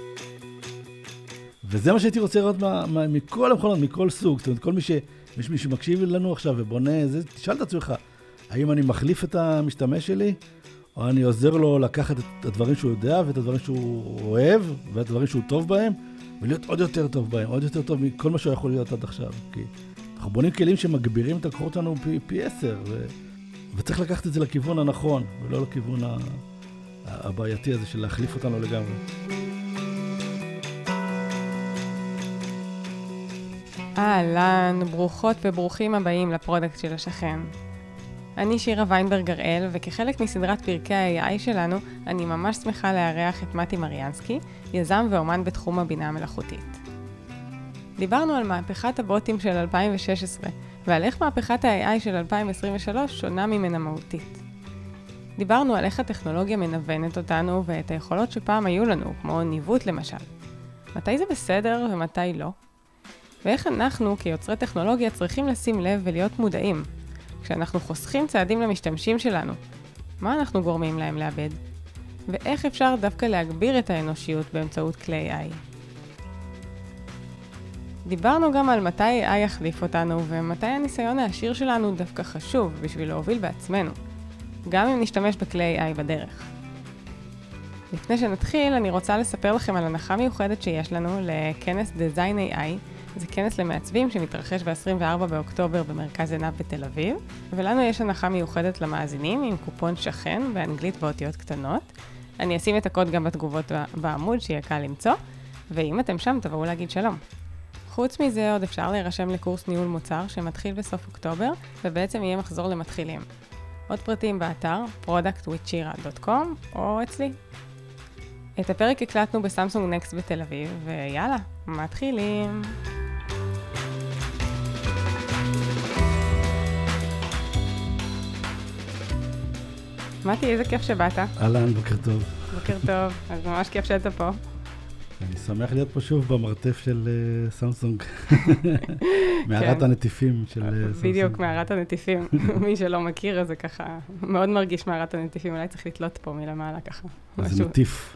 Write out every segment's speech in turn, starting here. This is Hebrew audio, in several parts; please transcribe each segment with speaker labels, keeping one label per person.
Speaker 1: וזה מה שהייתי רוצה לראות מכל המכונות, מכל סוג. זאת אומרת, כל מי שמקשיב לנו עכשיו ובונה, תשאל את עצמך, האם אני מחליף את המשתמש שלי, או אני עוזר לו לקחת את הדברים שהוא יודע, ואת הדברים שהוא אוהב, ואת הדברים שהוא טוב בהם, ולהיות עוד יותר טוב בהם, עוד יותר טוב מכל מה שהוא יכול להיות עד עכשיו. כי אנחנו בונים כלים שמגבירים את הכוחות שלנו פי 10, וצריך לקחת את זה לכיוון הנכון, ולא לכיוון הבעייתי הזה של להחליף אותנו לגמרי.
Speaker 2: אהלן, ברוכות וברוכים הבאים לפרודקט של השכן. אני שירה ויינברג הראל, וכחלק מסדרת פרקי ה-AI שלנו, אני ממש שמחה לארח את מתי מריאנסקי, יזם ואומן בתחום הבינה המלאכותית. דיברנו על מהפכת הבוטים של 2016, ועל איך מהפכת ה-AI של 2023 שונה ממנה מהותית. דיברנו על איך הטכנולוגיה מנוונת אותנו ואת היכולות שפעם היו לנו, כמו ניווט למשל. מתי זה בסדר ומתי לא? ואיך אנחנו, כיוצרי טכנולוגיה, צריכים לשים לב ולהיות מודעים. כשאנחנו חוסכים צעדים למשתמשים שלנו, מה אנחנו גורמים להם לאבד? ואיך אפשר דווקא להגביר את האנושיות באמצעות כלי AI? דיברנו גם על מתי AI יחליף אותנו, ומתי הניסיון העשיר שלנו דווקא חשוב בשביל להוביל בעצמנו, גם אם נשתמש בכלי AI בדרך. לפני שנתחיל, אני רוצה לספר לכם על הנחה מיוחדת שיש לנו לכנס Design AI, זה כנס למעצבים שמתרחש ב-24 באוקטובר במרכז עינב בתל אביב, ולנו יש הנחה מיוחדת למאזינים עם קופון שכן באנגלית באותיות קטנות. אני אשים את הקוד גם בתגובות בעמוד שיהיה קל למצוא, ואם אתם שם תבואו להגיד שלום. חוץ מזה עוד אפשר להירשם לקורס ניהול מוצר שמתחיל בסוף אוקטובר, ובעצם יהיה מחזור למתחילים. עוד פרטים באתר productwithshira.com או אצלי. את הפרק הקלטנו בסמסונג נקסט בתל אביב, ויאללה, מתחילים. מתי, איזה כיף שבאת.
Speaker 1: אהלן, בוקר טוב.
Speaker 2: בוקר טוב, אז ממש כיף שאתה פה.
Speaker 1: אני שמח להיות פה שוב במרתף של סמסונג. מערת הנטיפים של סמסונג.
Speaker 2: בדיוק, מערת הנטיפים. מי שלא מכיר, אז זה ככה מאוד מרגיש מערת הנטיפים. אולי צריך לתלות פה מלמעלה ככה.
Speaker 1: זה נטיף.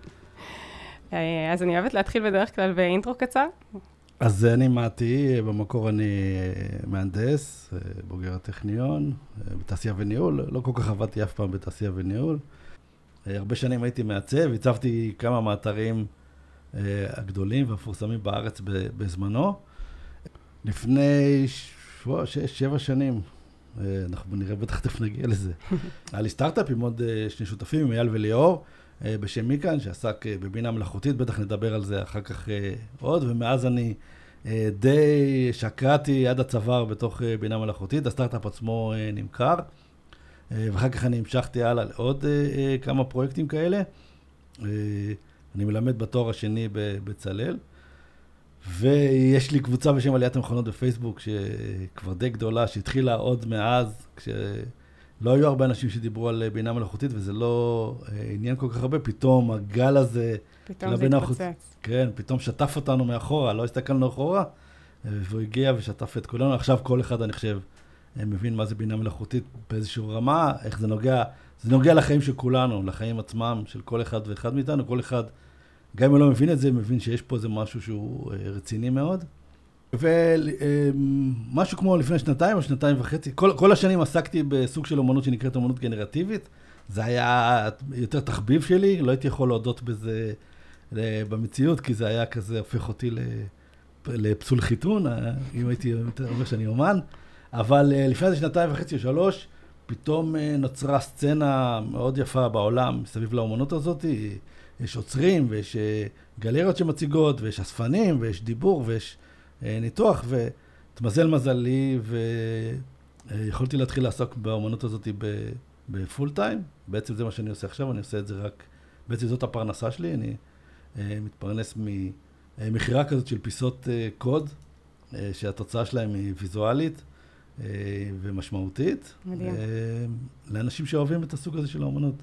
Speaker 2: אז אני אוהבת להתחיל בדרך כלל באינטרו קצר.
Speaker 1: אז אני מתי, במקור אני מהנדס, בוגר הטכניון, בתעשייה וניהול. לא כל כך עבדתי אף פעם בתעשייה וניהול. הרבה שנים הייתי מעצב, הצבתי כמה מאתרים הגדולים והמפורסמים בארץ בזמנו. לפני 6-7 שנים, אנחנו נראה בטח תכף נגיע לזה. היה לי סטארט-אפ עם עוד שני שותפים, עם אייל וליאור, בשם מיקן, שעסק בבינה מלאכותית, בטח נדבר על זה אחר כך עוד, ומאז אני די שקעתי עד הצוואר בתוך בינה מלאכותית, הסטארט-אפ עצמו נמכר, ואחר כך אני המשכתי הלאה לעוד כמה פרויקטים כאלה. אני מלמד בתואר השני בצלאל, ויש לי קבוצה בשם עליית המכונות בפייסבוק, שכבר די גדולה, שהתחילה עוד מאז, כשלא היו הרבה אנשים שדיברו על בינה מלאכותית, וזה לא עניין כל כך הרבה, פתאום הגל הזה...
Speaker 2: פתאום זה התפוצץ.
Speaker 1: כן, פתאום שטף אותנו מאחורה, לא הסתכלנו אחורה, והוא הגיע ושטף את כולנו. עכשיו כל אחד, אני חושב, מבין מה זה בינה מלאכותית באיזושהי רמה, איך זה נוגע... זה נוגע לחיים של כולנו, לחיים עצמם, של כל אחד ואחד מאיתנו. כל אחד, גם אם לא מבין את זה, מבין שיש פה איזה משהו שהוא רציני מאוד. ומשהו כמו לפני 2 או 2.5, כל השנים עסקתי בסוג של אומנות שנקראת אומנות גנרטיבית. זה היה יותר תחביב שלי, לא הייתי יכול להודות בזה במציאות, כי זה היה כזה, הופך אותי לפסול חיתון, אם הייתי יותר אומר שאני אומן. אבל לפני זה 2.5 או 3, פתאום נוצרה סצנה מאוד יפה בעולם מסביב לאומנות הזאת. יש עוצרים ויש גלריות שמציגות ויש אספנים ויש דיבור ויש ניתוח, ותמזל מזלי ויכולתי להתחיל לעסוק באומנות הזאת בפול טיים. בעצם זה מה שאני עושה עכשיו, אני עושה את זה רק, בעצם זאת הפרנסה שלי. אני מתפרנס ממחירה כזאת של פיסות קוד, שהתוצאה שלהם היא ויזואלית ומשמעותית.
Speaker 2: מדהים.
Speaker 1: לאנשים שאוהבים את הסוג הזה של האומנות.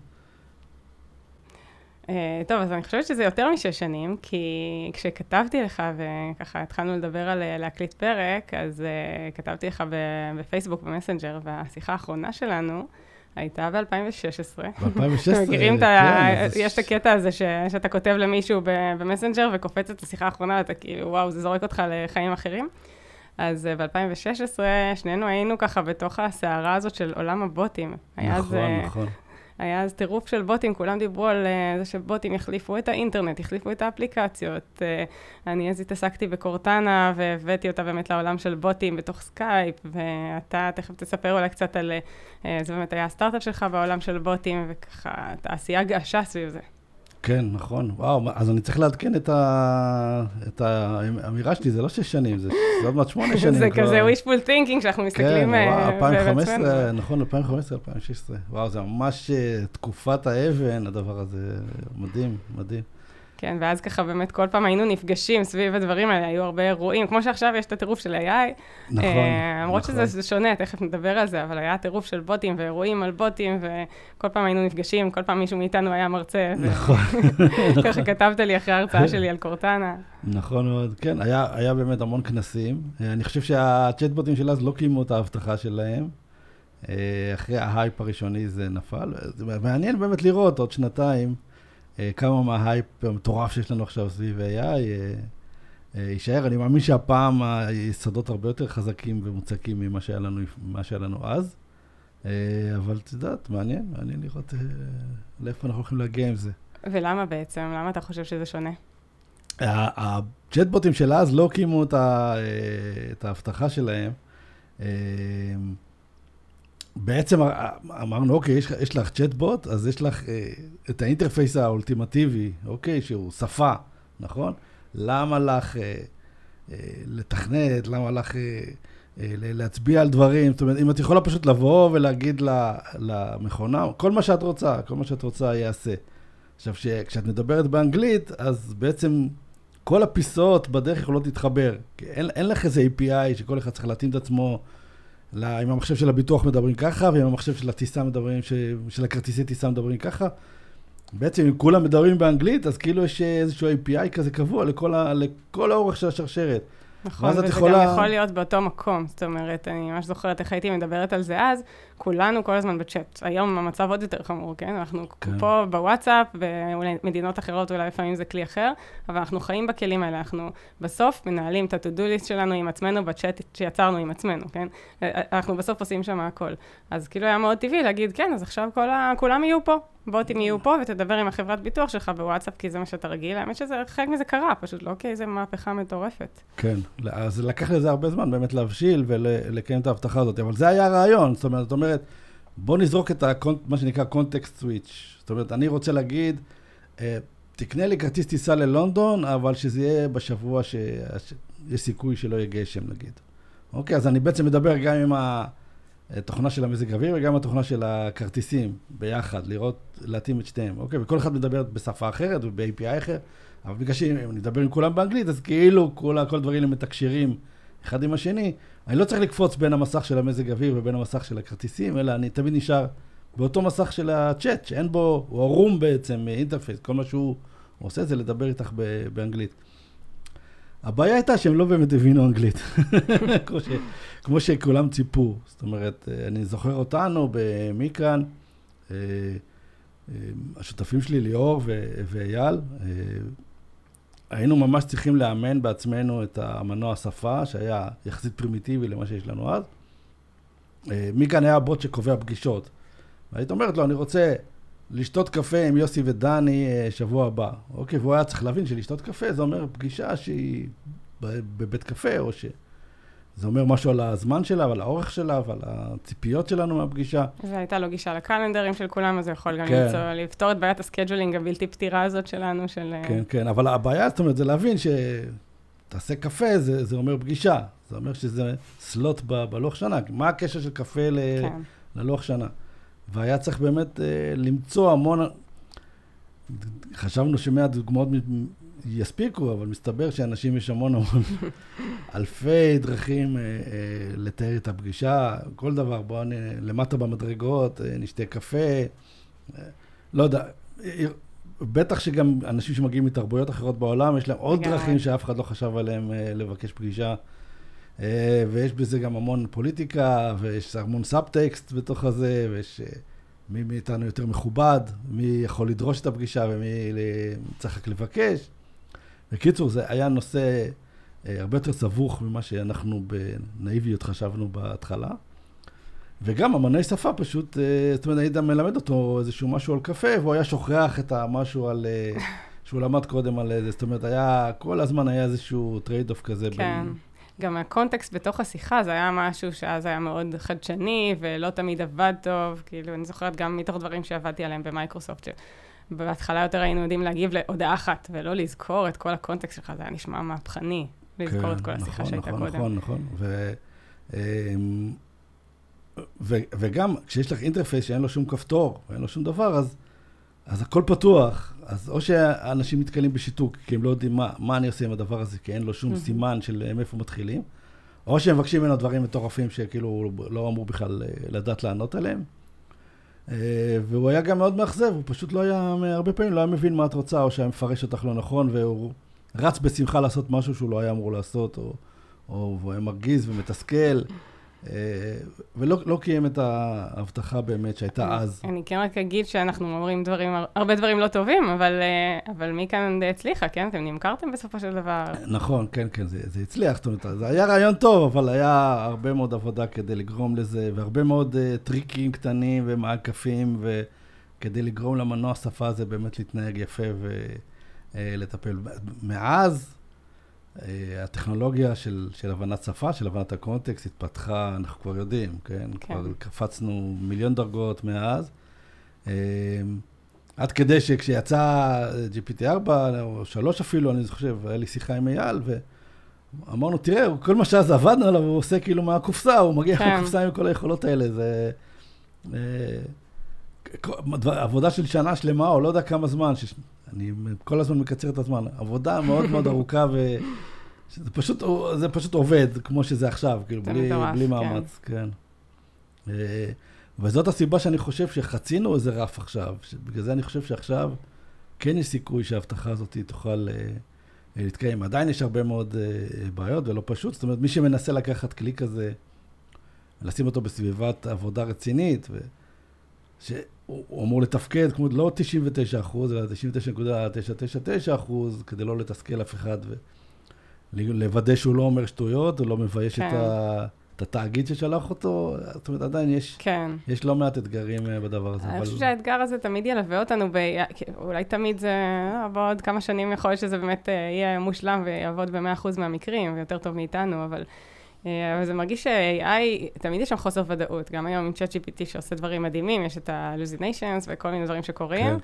Speaker 2: טוב, אז אני חושבת שזה יותר מ6 שנים, כי כשכתבתי לך וככה התחלנו לדבר על להקליט פרק, אז כתבתי לך בפייסבוק, במסנג'ר, והשיחה האחרונה שלנו הייתה ב-2016.
Speaker 1: ב-2016,
Speaker 2: מכירים
Speaker 1: כן.
Speaker 2: יש את הקטע הזה שאתה כותב למישהו במסנג'ר וקופץ את השיחה האחרונה, אתה כאילו, וואו, זה זורק אותך לחיים אחרים. אז ב-2016, שנינו היינו ככה בתוך הסערה הזאת של עולם הבוטים.
Speaker 1: נכון.
Speaker 2: היה אז טירוף של בוטים, כולם דיברו על זה שבוטים יחליפו את האינטרנט, יחליפו את האפליקציות. אני אז התעסקתי בקורטנה, והבאתי אותה באמת לעולם של בוטים בתוך סקייפ, ואתה תכף תספר אולי קצת על זה באמת היה הסטארט-אפ שלך בעולם של בוטים, וככה התעשייה געשה סביב זה.
Speaker 1: כן, נכון. וואו, אז אני צריך לעדכן את האמירה שלי, זה לא 6 שנים, זה עוד מעט 8 שנים.
Speaker 2: זה כזה wishful thinking, שאנחנו מסתכלים
Speaker 1: בעצמנו. נכון, 2015, 2016. וואו, זה ממש תקופת האבן, הדבר הזה. מדהים, מדהים.
Speaker 2: כן, ואז ככה באמת כל פעם היינו נפגשים סביב הדברים האלה, היו הרבה אירועים, כמו שעכשיו יש את הטירוף של AI.
Speaker 1: נכון.
Speaker 2: למרות שזה שונה, תכף נדבר על זה, אבל היה טירוף של בוטים ואירועים על בוטים, וכל פעם היינו נפגשים, כל פעם מישהו מאיתנו היה מרצה.
Speaker 1: נכון.
Speaker 2: ככה כתבת לי אחרי ההרצאה שלי על קורטנה.
Speaker 1: נכון מאוד, כן, היה באמת המון כנסים. אני חושב שהצ'טבוטים של אז לא קיימו את ההבטחה שלהם. אחרי ההייפ הראשוני זה נפל. זה מעניין באמת לראות עוד שנתיים, כמה מההייפ המטורף שיש לנו עכשיו סביב AI יישאר. אני מאמין שהפעם היסודות הרבה יותר חזקים ומוצקים ממה שהיה לנו אז. אבל את יודעת, מעניין לראות לאיפה אנחנו הולכים להגיע עם זה.
Speaker 2: ולמה בעצם? למה אתה חושב שזה שונה?
Speaker 1: הצ'טבוטים של אז לא קיימו את ההבטחה שלהם. בעצם אמרנו, אוקיי, יש לך צ'טבוט, אז יש לך את האינטרפייס האולטימטיבי, אוקיי, שהוא שפה, נכון? למה לך לתכנת, למה לך להצביע על דברים? זאת אומרת, אם את יכולה פשוט לבוא ולהגיד למכונה, כל מה שאת רוצה יעשה. עכשיו, כשאת מדברת באנגלית, אז בעצם כל הפיסות בדרך יכולות להתחבר. אין לך איזה API שכל אחד צריך להתאים את עצמו, עם המחשב של הביטוח מדברים ככה, ועם המחשב של הטיסה מדברים, של הכרטיסי טיסה מדברים ככה. בעצם אם כולם מדברים באנגלית, אז כאילו יש איזשהו API כזה קבוע לכל האורך של השרשרת.
Speaker 2: נכון, וזה גם יכול להיות באותו מקום. זאת אומרת, אני ממש זוכרת איך הייתי מדברת על זה אז, כולנו כל הזמן בצ'אט. היום המצב עוד יותר חמור, כן? אנחנו פה בוואטסאפ, במדינות אחרות אולי לפעמים זה כלי אחר, אבל אנחנו חיים בכלים האלה. אנחנו בסוף מנהלים את ה-to-do list שלנו עם עצמנו בצ'אט שיצרנו עם עצמנו, כן? אנחנו בסוף עושים שם הכל. אז כאילו היה מאוד טבעי להגיד, כן, אז עכשיו כולם יהיו פה. בוטים יהיו פה ותדבר עם החברת ביטוח שלך בוואטסאפ, כי זה מה שאתה רגיל. האמת חלק מזה קרה, פשוט לא כאיזו מהפכה מטורפת.
Speaker 1: כן, אז לקח לזה הרבה זמן באמת להבשיל ולקיים את ההבטחה הזאת, אבל זה היה הרעיון. זאת אומרת, בוא נזרוק את מה שנקרא context switch. זאת אומרת, אני רוצה להגיד, תקנה לי כרטיס טיסה ללונדון, אבל שזה יהיה בשבוע שיש סיכוי שלא יהיה גשם, נגיד. אוקיי, אז אני בעצם מדבר גם עם התוכנה של המזג אוויר וגם התוכנה של הכרטיסים ביחד, להתאים את שתיהם. אוקיי, וכל אחד מדבר בשפה אחרת וב-API אחר, אבל בגלל שאם נדבר עם כולם באנגלית, אז כאילו כל הדברים הם מתקשרים אחד עם השני. אני לא צריך לקפוץ בין המסך של המזג אוויר ובין המסך של הכרטיסים, אלא אני תמיד נשאר באותו מסך של הצ'אט, שאין בו, הוא ערום בעצם, אינטרפייס, כל מה שהוא עושה זה לדבר איתך באנגלית. הבעיה הייתה שהם לא באמת הבינו אנגלית, כמו שכולם ציפו. זאת אומרת, אני זוכר אותנו במיקרן, השותפים שלי ליאור ואייל, היינו ממש צריכים לאמן בעצמנו את המנוע השפה, שהיה יחסית פרימיטיבי למה שיש לנו אז. מיקרן היה הבוט שקובע פגישות. והיית אומרת לו, אני רוצה לשתות קפה עם יוסי ודני שבוע הבא. אוקיי, והוא היה צריך להבין שלשתות קפה זה אומר פגישה שהיא בבית קפה, או שזה אומר משהו על הזמן שלה, ועל האורך שלה, ועל הציפיות שלנו מהפגישה.
Speaker 2: והייתה לו גישה לקלנדרים של כולם, אז הוא יכול גם לפתור את בעיית הסקייג'ולינג הבלתי פתירה הזאת שלנו.
Speaker 1: כן, כן, אבל הבעיה, זאת אומרת, זה להבין שתעשה קפה, זה אומר פגישה. זה אומר שזה סלוט בלוח שנה. מה הקשר של קפה ללוח שנה? והיה צריך באמת למצוא המון, חשבנו ש100 דוגמאות יספיקו, אבל מסתבר שאנשים יש המון אלפי דרכים לתאר את הפגישה, כל דבר, בואו למטה במדרגות, נשתה קפה, לא יודע, בטח שגם אנשים שמגיעים מתרבויות אחרות בעולם, יש להם עוד דרכים שאף אחד לא חשב עליהם לבקש פגישה, ויש בזה גם המון פוליטיקה, ויש המון סאבטקסט בתוך הזה, ויש מי מאיתנו יותר מכובד, מי יכול לדרוש את הפגישה ומי צריך רק לבקש. בקיצור, זה היה נושא הרבה יותר סבוך ממה שאנחנו בנאיביות חשבנו בהתחלה. וגם המנהי שפה פשוט, זאת אומרת, היית מלמד אותו איזשהו משהו על קפה, והוא היה שוכח את המשהו על, שהוא למד קודם על זה, זאת אומרת, כל הזמן היה איזשהו טרייד-אוף כזה.
Speaker 2: כן, גם הקונטקסט בתוך השיחה, זה היה משהו שאז היה מאוד חדשני, ולא תמיד עבד טוב, כאילו, אני זוכרת גם מתוך דברים שעבדתי עליהם במייקרוסופט, שבהתחלה יותר היינו יודעים להגיב להודעה אחת, ולא לזכור את כל הקונטקסט שלך, זה היה נשמע מהפכני, לזכור את כל השיחה שהייתה קודם.
Speaker 1: נכון. וגם כשיש לך אינטרפייס שאין לו שום כפתור, ואין לו שום דבר, אז הכל פתוח. אז או שאנשים מתקלים בשיתוק, כי הם לא יודעים מה אני עושה עם הדבר הזה, כי אין לו שום סימן של מאיפה מתחילים, או שהם מבקשים ממנו דברים מטורפים שכאילו לא אמרו בכלל לדעת לענות עליהם. והוא היה גם מאוד מאכזב, הוא פשוט לא היה, הרבה פעמים לא היה מבין מה את רוצה, או שהיה מפרש אותך לא נכון, והוא רץ בשמחה לעשות משהו שהוא לא היה אמור לעשות, או הוא היה מרגיז ומתסכל. ולא קיים את ההבטחה באמת שהייתה אז.
Speaker 2: אני כן רק אגיד שאנחנו אומרים הרבה דברים לא טובים, אבל מי כאן הצליחה, כן? אתם נמכרתם בסופו של דבר.
Speaker 1: נכון, כן, זה הצליח. זאת אומרת, זה היה רעיון טוב, אבל היה הרבה מאוד עבודה כדי לגרום לזה, והרבה מאוד טריקים קטנים ומעקפים, וכדי לגרום למנוע שפה הזה באמת להתנהג יפה ולטפל. מאז, הטכנולוגיה של הבנת שפה, של הבנת הקונטקסט, התפתחה, אנחנו כבר יודעים, כן? כבר קפצנו מיליון דרגות מאז. עד כדי שכשיצא GPT-4, או 3 אפילו, אני חושב, היה לי שיחה עם אייל, ואמרנו, תראה, כל מה שאז עבדנו עליו, הוא עושה כאילו מהקופסה, הוא מגיע מהקופסה עם כל היכולות האלה. זה עבודה של שנה שלמה, או לא יודע כמה זמן, אני כל הזמן מקצר את הזמן. עבודה מאוד מאוד ארוכה, זה פשוט עובד, כמו שזה עכשיו, כאילו, בלי מאמץ, כן. וזאת הסיבה שאני חושב שחצינו איזה רף עכשיו, בגלל זה אני חושב שעכשיו כן יש סיכוי שההבטחה הזאת תוכל להתקיים. עדיין יש הרבה מאוד בעיות ולא פשוט, זאת אומרת, מי שמנסה לקחת כלי כזה, לשים אותו בסביבת עבודה רצינית, שהוא אמור לתפקד כמו לא 99%, אלא 99.999%, כדי לא לתסכל אף אחד, ולוודא שהוא לא אומר שטויות, או לא מבייש את התאגיד ששלח אותו. זאת אומרת, עדיין יש לא מעט אתגרים בדבר הזה.
Speaker 2: אני חושב שהאתגר הזה תמיד ילווה אותנו, אולי תמיד זה, בעוד כמה שנים יכול להיות שזה באמת יהיה מושלם ויעבוד ב100% מהמקרים, ויותר טוב מאיתנו, אבל זה מרגיש ש-AI, תמיד יש שם חוסר ודאות. גם היום עם ChatGPT שעושה דברים מדהימים, יש את ה-hallucinations וכל מיני דברים שקורים,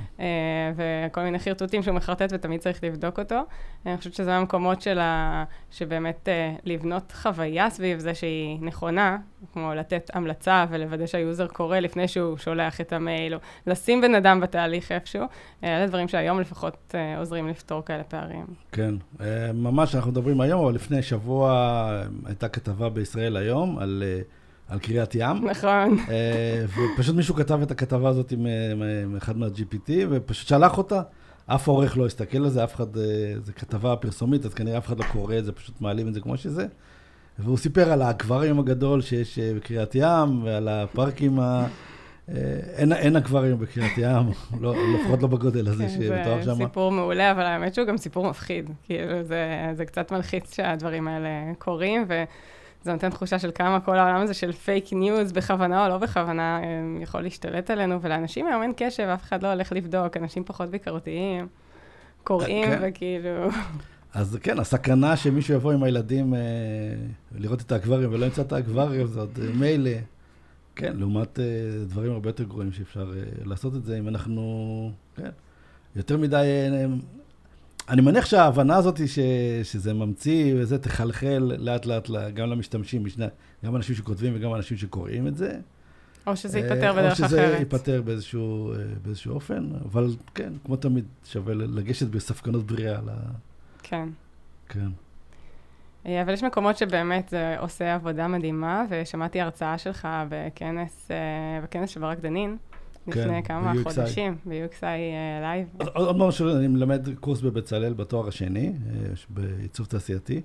Speaker 2: וכל מיני חרטוטים שהוא מחרטט ותמיד צריך לבדוק אותו. אני חושבת שזה המקומות שבאמת לבנות חוויה סביב זה שהיא נכונה, כמו לתת המלצה ולוודא שהיוזר קורא לפני שהוא שולח את המייל, או לשים בן אדם בתהליך איפשהו. אלה דברים שהיום לפחות עוזרים לפתור כאלה פערים.
Speaker 1: כן, ממש אנחנו מדברים היום, אבל לפני שבוע הייתה כתבה בישראל היום על קריית ים.
Speaker 2: נכון.
Speaker 1: ופשוט מישהו כתב את הכתבה הזאת עם אחד מה-GPT, ופשוט שלח אותה. אף עורך לא הסתכל על זה, אף אחד, זה כתבה פרסומית, אז כנראה אף אחד לא קורא את זה, פשוט מעלים את זה כמו שזה. והוא סיפר על האקווריום הגדול שיש בקריית ים, ועל הפארקים אין אקווריום בקריית ים, לפחות לא בגודל הזה שבתואר שם.
Speaker 2: זה סיפור מעולה, אבל האמת שהוא גם סיפור מפחיד. כאילו, זה קצת מלחיץ שהדברים האלה קורים, וזה נותן תחושה של כמה כל העולם הזה של פייק ניוז, בכוונה או לא בכוונה, יכול להשתלט עלינו, ולאנשים היום אין קשב, אף אחד לא הולך לבדוק, אנשים פחות ביקורתיים, קוראים וכאילו...
Speaker 1: אז כן, הסכנה שמישהו יבוא עם הילדים לראות את האקווריום ולא ימצא את האקווריום, זה עוד מילא. כן, לעומת דברים הרבה יותר גרועים שאפשר לעשות את זה, אם אנחנו, כן, יותר מדי, אני מניח שההבנה הזאת שזה ממציא וזה תחלחל לאט לאט גם למשתמשים, גם אנשים שכותבים וגם אנשים שקוראים את זה.
Speaker 2: או שזה ייפטר בדרך אחרת.
Speaker 1: או שזה ייפטר באיזשהו אופן, אבל כן, כמו תמיד שווה לגשת בספקנות בריאה.
Speaker 2: כן.
Speaker 1: כן.
Speaker 2: אבל יש מקומות שבאמת זה עושה עבודה מדהימה, ושמעתי הרצאה שלך בכנס של ברק דנין, לפני כמה חודשים, ב-UXI Live.
Speaker 1: עוד משהו, אני מלמד קורס בבצלאל בתואר השני, בעיצוב תעשייתי,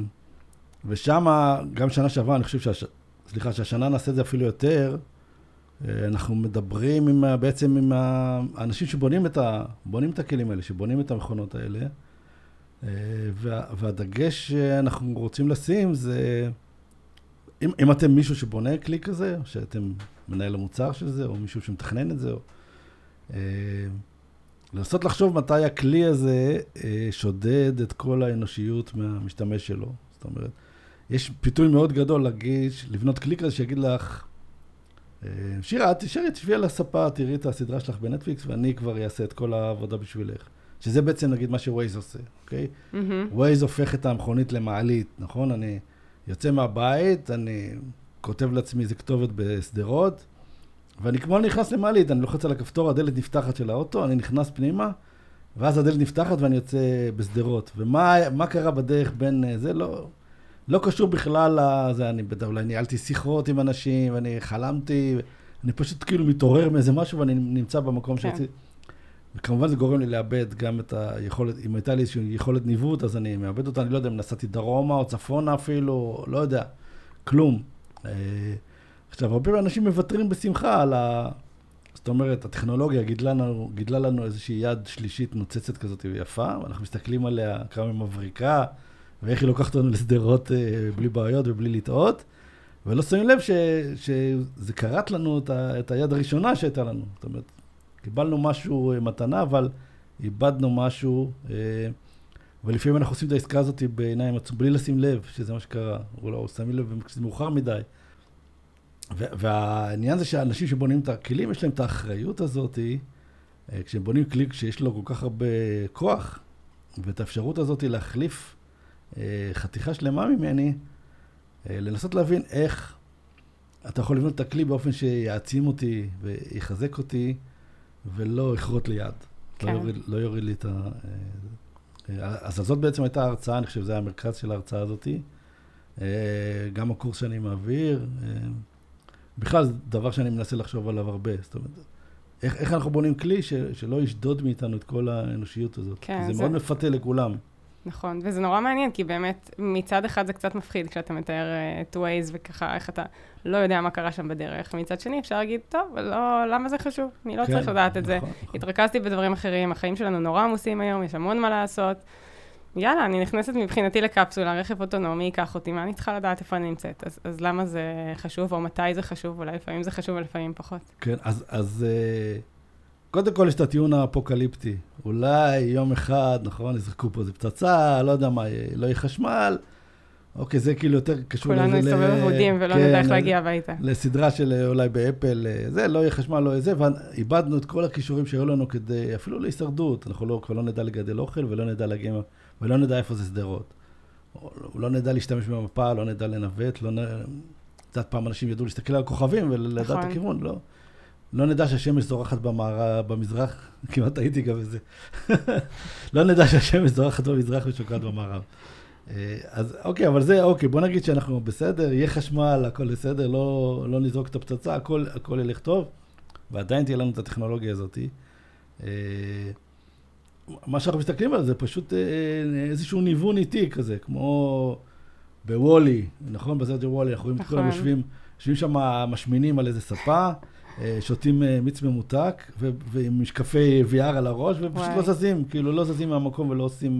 Speaker 1: ושם, גם שנה שעברה, אני חושב שהשנה נעשה את זה אפילו יותר, אנחנו מדברים בעצם עם האנשים שבונים את הכלים האלה, שבונים את המכונות האלה, והדגש שאנחנו רוצים לשים זה, אם אתם מישהו שבונה כלי כזה, או שאתם מנהל המוצר של זה, או מישהו שמתכנן את זה, לנסות לחשוב מתי הכלי הזה שודד את כל האנושיות מהמשתמש שלו. זאת אומרת, יש פיתוי מאוד גדול לבנות כלי כזה שיגיד לך, שירה, תשבי על הספה, תראי את הסדרה שלך בנטפליקס, ואני כבר אעשה את כל העבודה בשבילך. שזה בעצם, נגיד, מה שווייז עושה, אוקיי? ווייז הופך את המכונית למעלית, נכון? אני יוצא מהבית, אני כותב לעצמי איזה כתובת בסדרות, ואני כמו נכנס למעלית, אני לוחץ על הכפתור, הדלת נפתחת של האוטו, אני נכנס פנימה, ואז הדלת נפתחת ואני יוצא בסדרות. ומה קרה בדרך בין זה? לא קשור בכלל לזה, אולי ניהלתי שיחות עם אנשים, ואני חלמתי, אני פשוט כאילו מתעורר מאיזה משהו, ואני נמצא במקום שרציתי. וכמובן זה גורם לי לאבד גם את היכולת, אם הייתה לי איזושהי יכולת ניווט, אז אני מאבד אותה, אני לא יודע אם נסעתי דרומה או צפונה אפילו, לא יודע, כלום. עכשיו, הרבה אנשים מוותרים בשמחה על זאת אומרת, הטכנולוגיה גידלה לנו איזושהי יד שלישית נוצצת כזאת ויפה, ואנחנו מסתכלים עליה כמה מבריקה, ואיך היא לוקחת אותנו לסדרות בלי בעיות ובלי לטעות, ולא שמים לב שזה קראת לנו את היד הראשונה שהייתה לנו. זאת אומרת, קיבלנו משהו מתנה, אבל איבדנו משהו, ולפעמים אנחנו עושים את העסקה הזאת בעיניים עצום, בלי לשים לב שזה מה שקרה, או שמים לב כשזה מאוחר מדי. והעניין זה שהאנשים שבונים את הכלים, יש להם את האחריות הזאת, כשהם בונים כלי שיש לו כל כך הרבה כוח, ואת האפשרות הזאת להחליף חתיכה שלמה ממני, לנסות להבין איך אתה יכול לבנות את הכלי באופן שיעצים אותי ויחזק אותי, ולא יכרות ליד. כן. לא יוריד לי את אז זאת בעצם הייתה ההרצאה, אני חושב שזה היה המרכז של ההרצאה הזאת. גם הקורס שאני מעביר, בכלל זה דבר שאני מנסה לחשוב עליו הרבה. זאת אומרת, איך אנחנו בונים כלי שלא ישדוד מאיתנו את כל האנושיות הזאת. כן, זה מאוד מפתה לכולם.
Speaker 2: נכון, וזה נורא מעניין, כי באמת מצד אחד זה קצת מפחיד כשאתה מתאר את ווייז וככה, איך אתה לא יודע מה קרה שם בדרך. מצד שני אפשר להגיד, טוב, לא, למה זה חשוב? אני לא צריך לדעת את זה. התרכזתי בדברים אחרים, החיים שלנו נורא עמוסים היום, יש המון מה לעשות. יאללה, אני נכנסת מבחינתי לקפסולה, רכב אוטונומי, ייקח אותי, מה אני צריכה לדעת איפה אני נמצאת? אז למה זה חשוב, או מתי זה חשוב, אולי לפעמים זה חשוב ולפעמים פחות.
Speaker 1: כן, אז קודם כל יש את הטיעון האפוקליפטי. אולי יום אחד, נכון, יזרקו פה איזה פצצה, לא יודע מה, לא יהיה חשמל. אוקיי, זה כאילו יותר קשור לזה.
Speaker 2: כולנו נסתובב אבודים ולא נדע איך להגיע הביתה.
Speaker 1: לסדרה של אולי באפל, זה לא יהיה חשמל, לא יהיה זה, ואיבדנו את כל הכישורים שהיו לנו כדי, אפילו להישרדות. אנחנו כבר לא נדע לגדל אוכל ולא נדע להגיע, ולא נדע איפה זה סדרות. לא נדע להשתמש במפה, לא נדע לנווט, קצת פעם אנשים ידעו להסתכל על הכוכבים ולדעת את הכיוון, לא. לא נדע שהשמש זורחת במזרח, כמעט הייתי גם בזה. לא נדע שהשמש זורחת במזרח ושוקעת במערב. אז אוקיי, אבל זה אוקיי, בוא נגיד שאנחנו בסדר, יהיה חשמל, הכל בסדר, לא נזרוק את הפצצה, הכל ילך טוב, ועדיין תהיה לנו את הטכנולוגיה הזאת. מה שאנחנו מסתכלים על זה פשוט איזשהו ניוון איטי כזה, כמו בוולי, נכון? בסרט של וולי, אנחנו רואים את כולם יושבים שם משמינים על איזה ספה, שותים מיץ ממותק, ועם משקפי VR על הראש, ופשוט לא זזים, כאילו לא זזים מהמקום ולא עושים...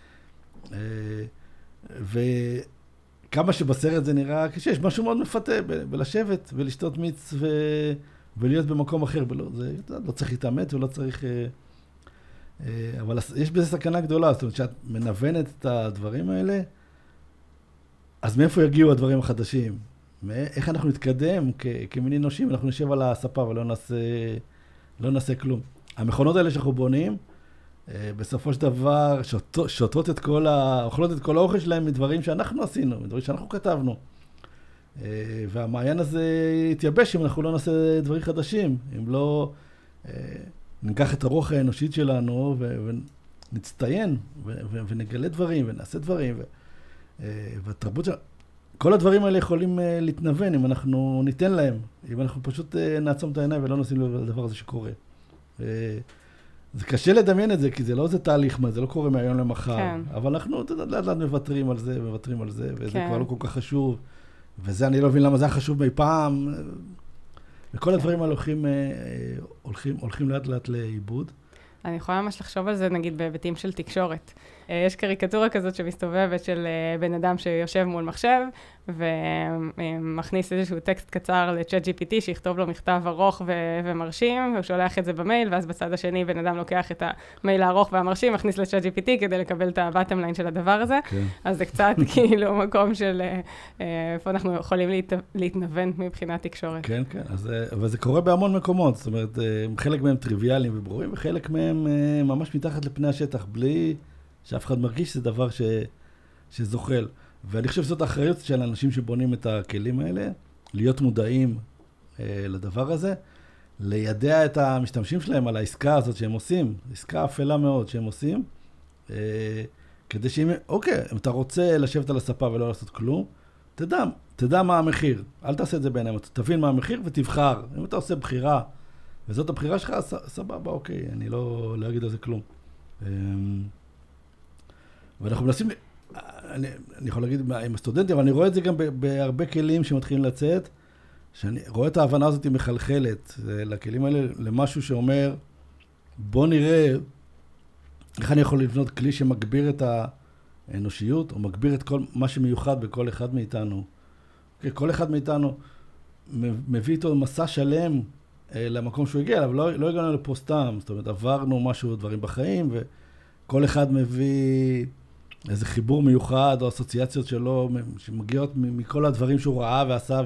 Speaker 1: וכמה שבסרט זה נראה כשיש משהו מאוד מפתה בלשבת ולשתות מיץ ולהיות במקום אחר, לא צריך להתאמץ ולא צריך... אבל יש בזה סכנה גדולה, זאת אומרת שאת מנוונת את הדברים האלה, אז מאיפה יגיעו הדברים החדשים? איך אנחנו נתקדם כמיני אנושים, אנחנו נשב על הספה ולא נעשה כלום. המכונות האלה שאנחנו בונים, בסופו של דבר שותות אוכלות את כל האוכל שלהם מדברים שאנחנו עשינו, מדברים שאנחנו כתבנו. והמעיין הזה יתייבש אם אנחנו לא נעשה דברים חדשים, אם לא ניקח את הרוח האנושית שלנו ונצטיין ונגלה דברים ונעשה דברים. והתרבות שלנו, כל הדברים האלה יכולים להתנוון אם אנחנו ניתן להם, אם אנחנו פשוט נעצום את העיניים ולא נשים לב לדבר הזה שקורה. זה קשה לדמיין את זה, כי זה לא איזה תהליך, זה לא קורה מהיום למחר. כן. אבל אנחנו לאט לאט מוותרים על זה, וזה כבר לא כל כך חשוב. וזה אני לא מבין למה זה היה חשוב מי פעם. וכל הדברים האלה הולכים לאט לאט לאיבוד.
Speaker 2: אני יכולה ממש לחשוב על זה, נגיד, בהיבטים של תקשורת. יש קריקטורה כזאת שמסתובבת של בן אדם שיושב מול מחשב, ומכניס איזשהו טקסט קצר ל-Chat GPT, שיכתוב לו מכתב ארוך ומרשים, והוא שולח את זה במייל, ואז בצד השני בן אדם לוקח את המייל הארוך והמרשים, מכניס ל-Chat GPT כדי לקבל את ה-bottom line של הדבר הזה. כן. אז זה קצת כאילו מקום של איפה אנחנו יכולים להתנוון מבחינת תקשורת.
Speaker 1: כן, כן. אבל זה קורה בהמון מקומות. זאת אומרת, חלק מהם טריוויאליים וברורים, וחלק מהם ממש מתחת לפני השטח, בלי שאף אחד מרגיש שזה דבר שזוחל. ואני חושב שזאת האחריות של האנשים שבונים את הכלים האלה, להיות מודעים לדבר הזה, לידע את המשתמשים שלהם על העסקה הזאת שהם עושים, עסקה אפלה מאוד שהם עושים, כדי שאם, אוקיי, אם אתה רוצה לשבת על הספה ולא לעשות כלום, תדע מה המחיר. אל תעשה את זה בעיניים, תבין מה המחיר ותבחר. אם אתה עושה בחירה, וזאת הבחירה שלך, סבבה, אוקיי, אני לא אגיד על זה כלום. ואנחנו מנסים, אני יכול להגיד עם הסטודנטים, אבל אני רואה את זה גם בהרבה כלים שמתחילים לצאת, שאני רואה את ההבנה הזאת מחלחלת לכלים האלה, למשהו שאומר, בוא נראה איך אני יכול לבנות כלי שמגביר את האנושיות, או מגביר את כל מה שמיוחד בכל אחד מאיתנו. כל אחד מאיתנו מביא איתו מסע שלם למקום שהוא הגיע, אבל לא הגענו לפה סתם, זאת אומרת, עברנו משהו, דברים בחיים, וכל אחד מביא איזה חיבור מיוחד, או אסוציאציות שלו, שמגיעות מכל הדברים שהוא ראה ועשה,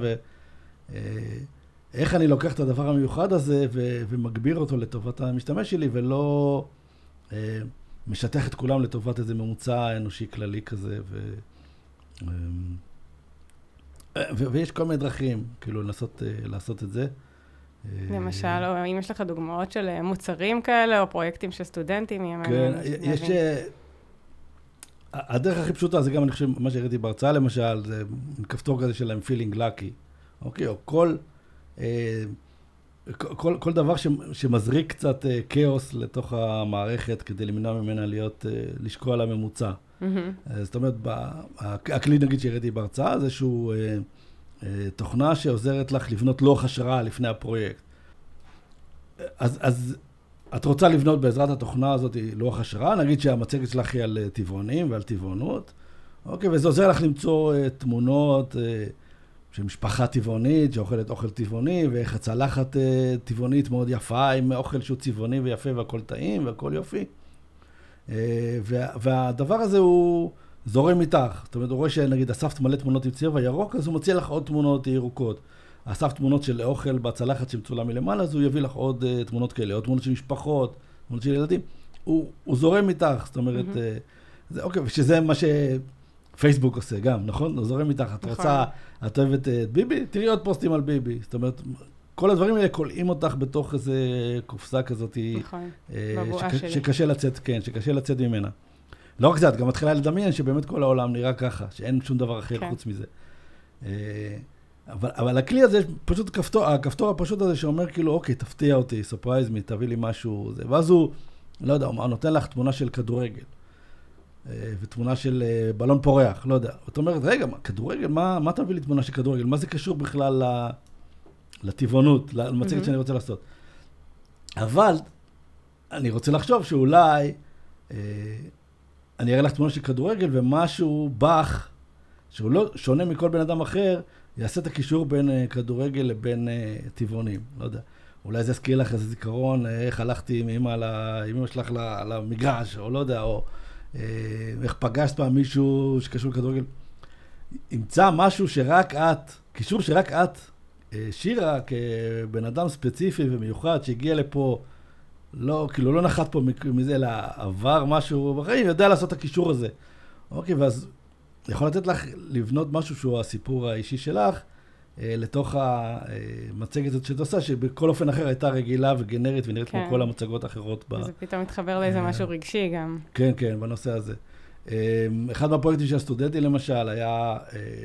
Speaker 1: ואיך אני לוקח את הדבר המיוחד הזה, ומגביר אותו לטובת המשתמש שלי, ולא משטח את כולם לטובת איזה ממוצע אנושי כללי כזה, ויש כל מיני דרכים, כאילו, לנסות לעשות את זה.
Speaker 2: למשל, או אם יש לך דוגמאות של מוצרים כאלה, או פרויקטים של סטודנטים,
Speaker 1: כן, יש... הדרך הכי פשוטה, זה גם, אני חושב, מה שהראיתי בהרצאה, למשל, זה כפתור כזה של I'm feeling lucky. אוקיי, או כל דבר שמזריק קצת כאוס לתוך המערכת, כדי למנוע ממנה לשקוע על הממוצע. זאת אומרת, הכלי, נגיד, שהראיתי בהרצאה, זה שהוא תוכנה שעוזרת לך לבנות לוח השראה לפני הפרויקט. אז את רוצה לבנות בעזרת התוכנה הזאת לוח השראה, נגיד שהמצגת שלך היא על טבעונים ועל טבעונות, אוקיי, וזה עוזר לך למצוא תמונות של משפחה טבעונית, שאוכלת אוכל טבעוני, ואיך הצלחת טבעונית מאוד יפה, עם אוכל שהוא צבעוני ויפה והכל טעים והכל יופי. והדבר הזה הוא זורם איתך. זאת אומרת, הוא רואה שנגיד אספת מלא תמונות עם צבע ירוק, אז הוא מציע לך עוד תמונות ירוקות. אספת תמונות של אוכל בצלחת שמצולה מלמעלה, אז הוא יביא לך עוד תמונות כאלה, עוד תמונות של משפחות, תמונות של ילדים. הוא זורם איתך, זאת אומרת, זה, אוקיי, ושזה מה שפייסבוק עושה גם, נכון? הוא זורם איתך. את רוצה, את אוהבת את ביבי? תראי עוד פוסטים על ביבי. זאת אומרת, כל הדברים האלה קולעים אותך בתוך איזה קופסה כזאת,
Speaker 2: נכון,
Speaker 1: שקשה לצאת, כן, שקשה לצאת ממנה. לא רק זה, את גם מתחילה לדמיין שבאמת כל העולם נראה ככה, שאין שום דבר אחר חוץ מזה. אבל הכלי הזה, פשוט הכפתור הפשוט הזה שאומר כאילו, אוקיי, תפתיע אותי, surprise me, תביא לי משהו, ואז הוא, לא יודע, הוא נותן לך תמונה של כדורגל, ותמונה של בלון פורח, לא יודע. ואת אומרת, רגע, כדורגל, מה תביא לי תמונה של כדורגל? מה זה קשור בכלל לטבעונות, למצגת שאני רוצה לעשות? אבל אני רוצה לחשוב שאולי אני אראה לך תמונה של כדורגל, ומשהו בך, שהוא לא שונה מכל בן אדם אחר, יעשה את הקישור בין כדורגל לבין טבעונים, לא יודע. אולי זה יזכיר לך איזה זיכרון, איך הלכתי עם אמא שלך למגרש, או לא יודע, או איך פגשת פעם מישהו שקשור לכדורגל. ימצא משהו שרק את, קישור שרק את, שירה כבן אדם ספציפי ומיוחד שהגיע לפה, לא, כאילו לא נחת פה מזה, אלא עבר משהו בחיים, יודע לעשות את הקישור הזה. אוקיי, ואז יכול לתת לך לבנות משהו שהוא הסיפור האישי שלך, לתוך המצגת הזאת שאת עושה, שבכל אופן אחר הייתה רגילה וגנרית ונראית כמו כל המצגות האחרות.
Speaker 2: זה פתאום מתחבר לאיזה משהו רגשי גם.
Speaker 1: כן, כן, בנושא הזה. אחד מהפרויקטים של הסטודנטים למשל, היה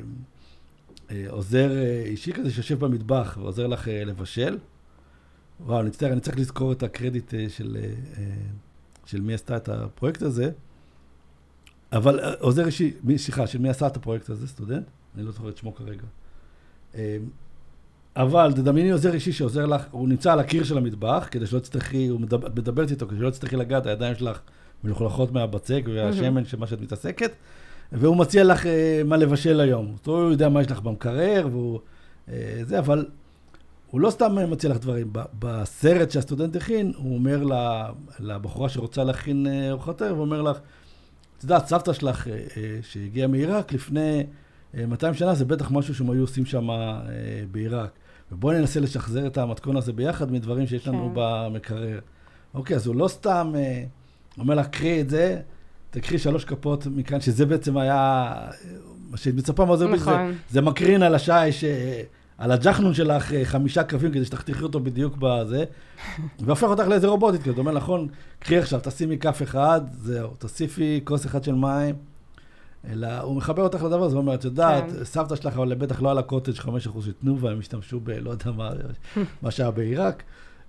Speaker 1: עוזר אישי כזה שיושב במטבח ועוזר לך לבשל. וואו, אני צריך לזכור את הקרדיט של מי עשתה את הפרויקט הזה. אבל עוזר אישי, של מי עשה את הפרויקט הזה, סטודנט? אני לא זוכר את שמו כרגע. אבל תדמייני עוזר אישי שעוזר לך, הוא נמצא על הקיר של המטבח, כדי שלא תצטרכי, הוא מדברת איתו, כדי שלא תצטרכי לגעת, הידיים שלך מלוכלכות מהבצק והשמן של מה שאת מתעסקת, והוא מציע לך מה לבשל היום. הוא יודע מה יש לך במקרר, והוא זה, אבל הוא לא סתם מציע לך דברים. בסרט שהסטודנט הכין, הוא אומר לבחורה שרוצה להכין ארוחת ערב, הוא אומר לך, אתה יודעת, סבתא שלך שהגיעה מעיראק לפני 200 שנה, זה בטח משהו שהם היו עושים שם בעיראק. ובואו ננסה לשחזר את המתכון הזה ביחד מדברים שיש לנו במקרר. אוקיי, אז הוא לא סתם אומר לך, קחי את זה, תקחי 3 כפות מכאן, שזה בעצם היה, מה שאת מצפה מה זה,
Speaker 2: נכון.
Speaker 1: זה מקרין על השי, על הג'חנון שלך 5 קווים, כדי שתחתיכי אותו בדיוק בזה, והופך אותך לאיזה רובוטית, כי אתה אומר, נכון, קחי עכשיו, תשימי כף אחד, זהו, תוסיפי כוס אחד של מים, אלא הוא מחבר אותך לדבר הזה, הוא אומר, את יודעת, סבתא שלך, אבל בטח לא על הקוטג' 5% שתנו, והם השתמשו לא יודע מה שהיה בעיראק,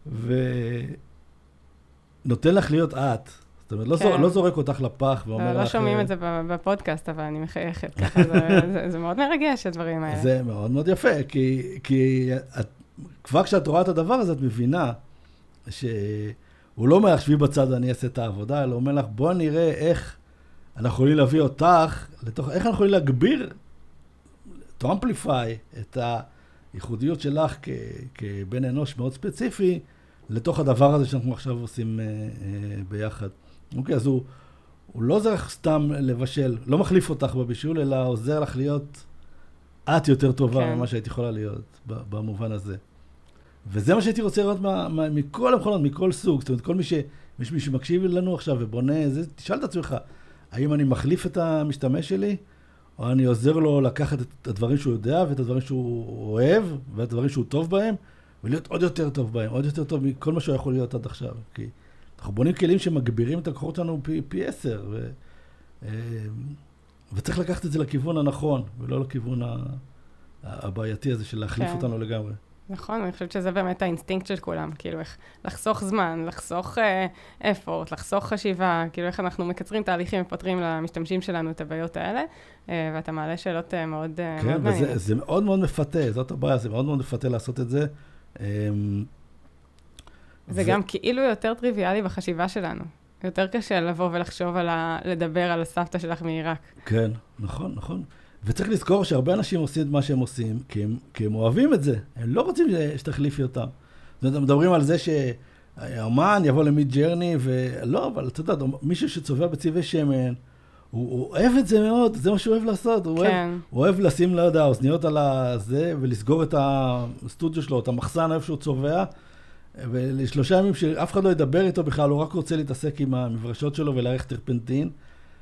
Speaker 1: ונותן לך להיות את. זאת אומרת, לא זורק אותך לפח ואומר לך...
Speaker 2: לא שומעים את זה בפודקאסט, אבל אני מחייכת ככה, זה מאוד מרגש, הדברים האלה.
Speaker 1: זה מאוד מאוד יפה, כי כבר כשאת רואה את הדבר הזה, את מבינה שהוא לא אומר לך, שבי בצד, אני אעשה את העבודה, אלא הוא אומר לך, בוא נראה איך אנחנו יכולים להביא אותך, איך אנחנו יכולים להגביר, to amplify את הייחודיות שלך כבן אנוש מאוד ספציפי, לתוך הדבר הזה שאנחנו עכשיו עושים ביחד. אוקיי, אז הוא לא עוזר לך סתם לבשל, לא מחליף אותך בבישול, אלא עוזר לך להיות את יותר טובה ממה שהייתי יכולה להיות במובן הזה. וזה מה שהייתי רוצה לראות מכל המכונות, מכל סוג. זאת אומרת, כל מי שמקשיב לנו עכשיו ובונה, תשאל את עצמך, האם אני מחליף את המשתמש שלי, או אני עוזר לו לקחת את הדברים שהוא יודע, ואת הדברים שהוא אוהב, ואת הדברים שהוא טוב בהם, ולהיות עוד יותר טוב בהם, עוד יותר טוב מכל מה שהוא יכול להיות עד עכשיו. כי אנחנו בונים כלים שמגבירים את הכוחות שלנו פי 10, וצריך לקחת את זה לכיוון הנכון, ולא לכיוון הבעייתי הזה של להחליף אותנו לגמרי.
Speaker 2: נכון, אני חושבת שזה באמת האינסטינקט של כולם, כאילו איך לחסוך זמן, לחסוך אפורט, לחסוך חשיבה, כאילו איך אנחנו מקצרים תהליכים ופותרים למשתמשים שלנו את הבעיות האלה, ואתה מעלה שאלות מאוד מעניינות.
Speaker 1: כן, וזה מאוד מאוד מפתה, זאת הבעיה, זה מאוד מאוד מפתה לעשות את זה.
Speaker 2: זה גם כאילו יותר טריוויאלי בחשיבה שלנו. יותר קשה לבוא ולחשוב לדבר על הסבתא שלך מעיראק.
Speaker 1: כן, נכון, נכון. וצריך לזכור שהרבה אנשים עושים את מה שהם עושים, כי הם אוהבים את זה. הם לא רוצים שתחליפי אותם. זאת אומרת, מדברים על זה שהאומן יבוא למיד ג'רני, ולא, אבל אתה יודע, מישהו שצובע בצבעי שמן, הוא אוהב את זה מאוד, זה מה שהוא אוהב לעשות. הוא אוהב לשים, לא יודע, אוזניות על זה, ולסגור את הסטודיו שלו, את המחסן איפה שהוא צובע, ול3 ימים שאף אחד לא ידבר איתו בכלל, הוא רק רוצה להתעסק עם המברשות שלו ולערך טרפנטין.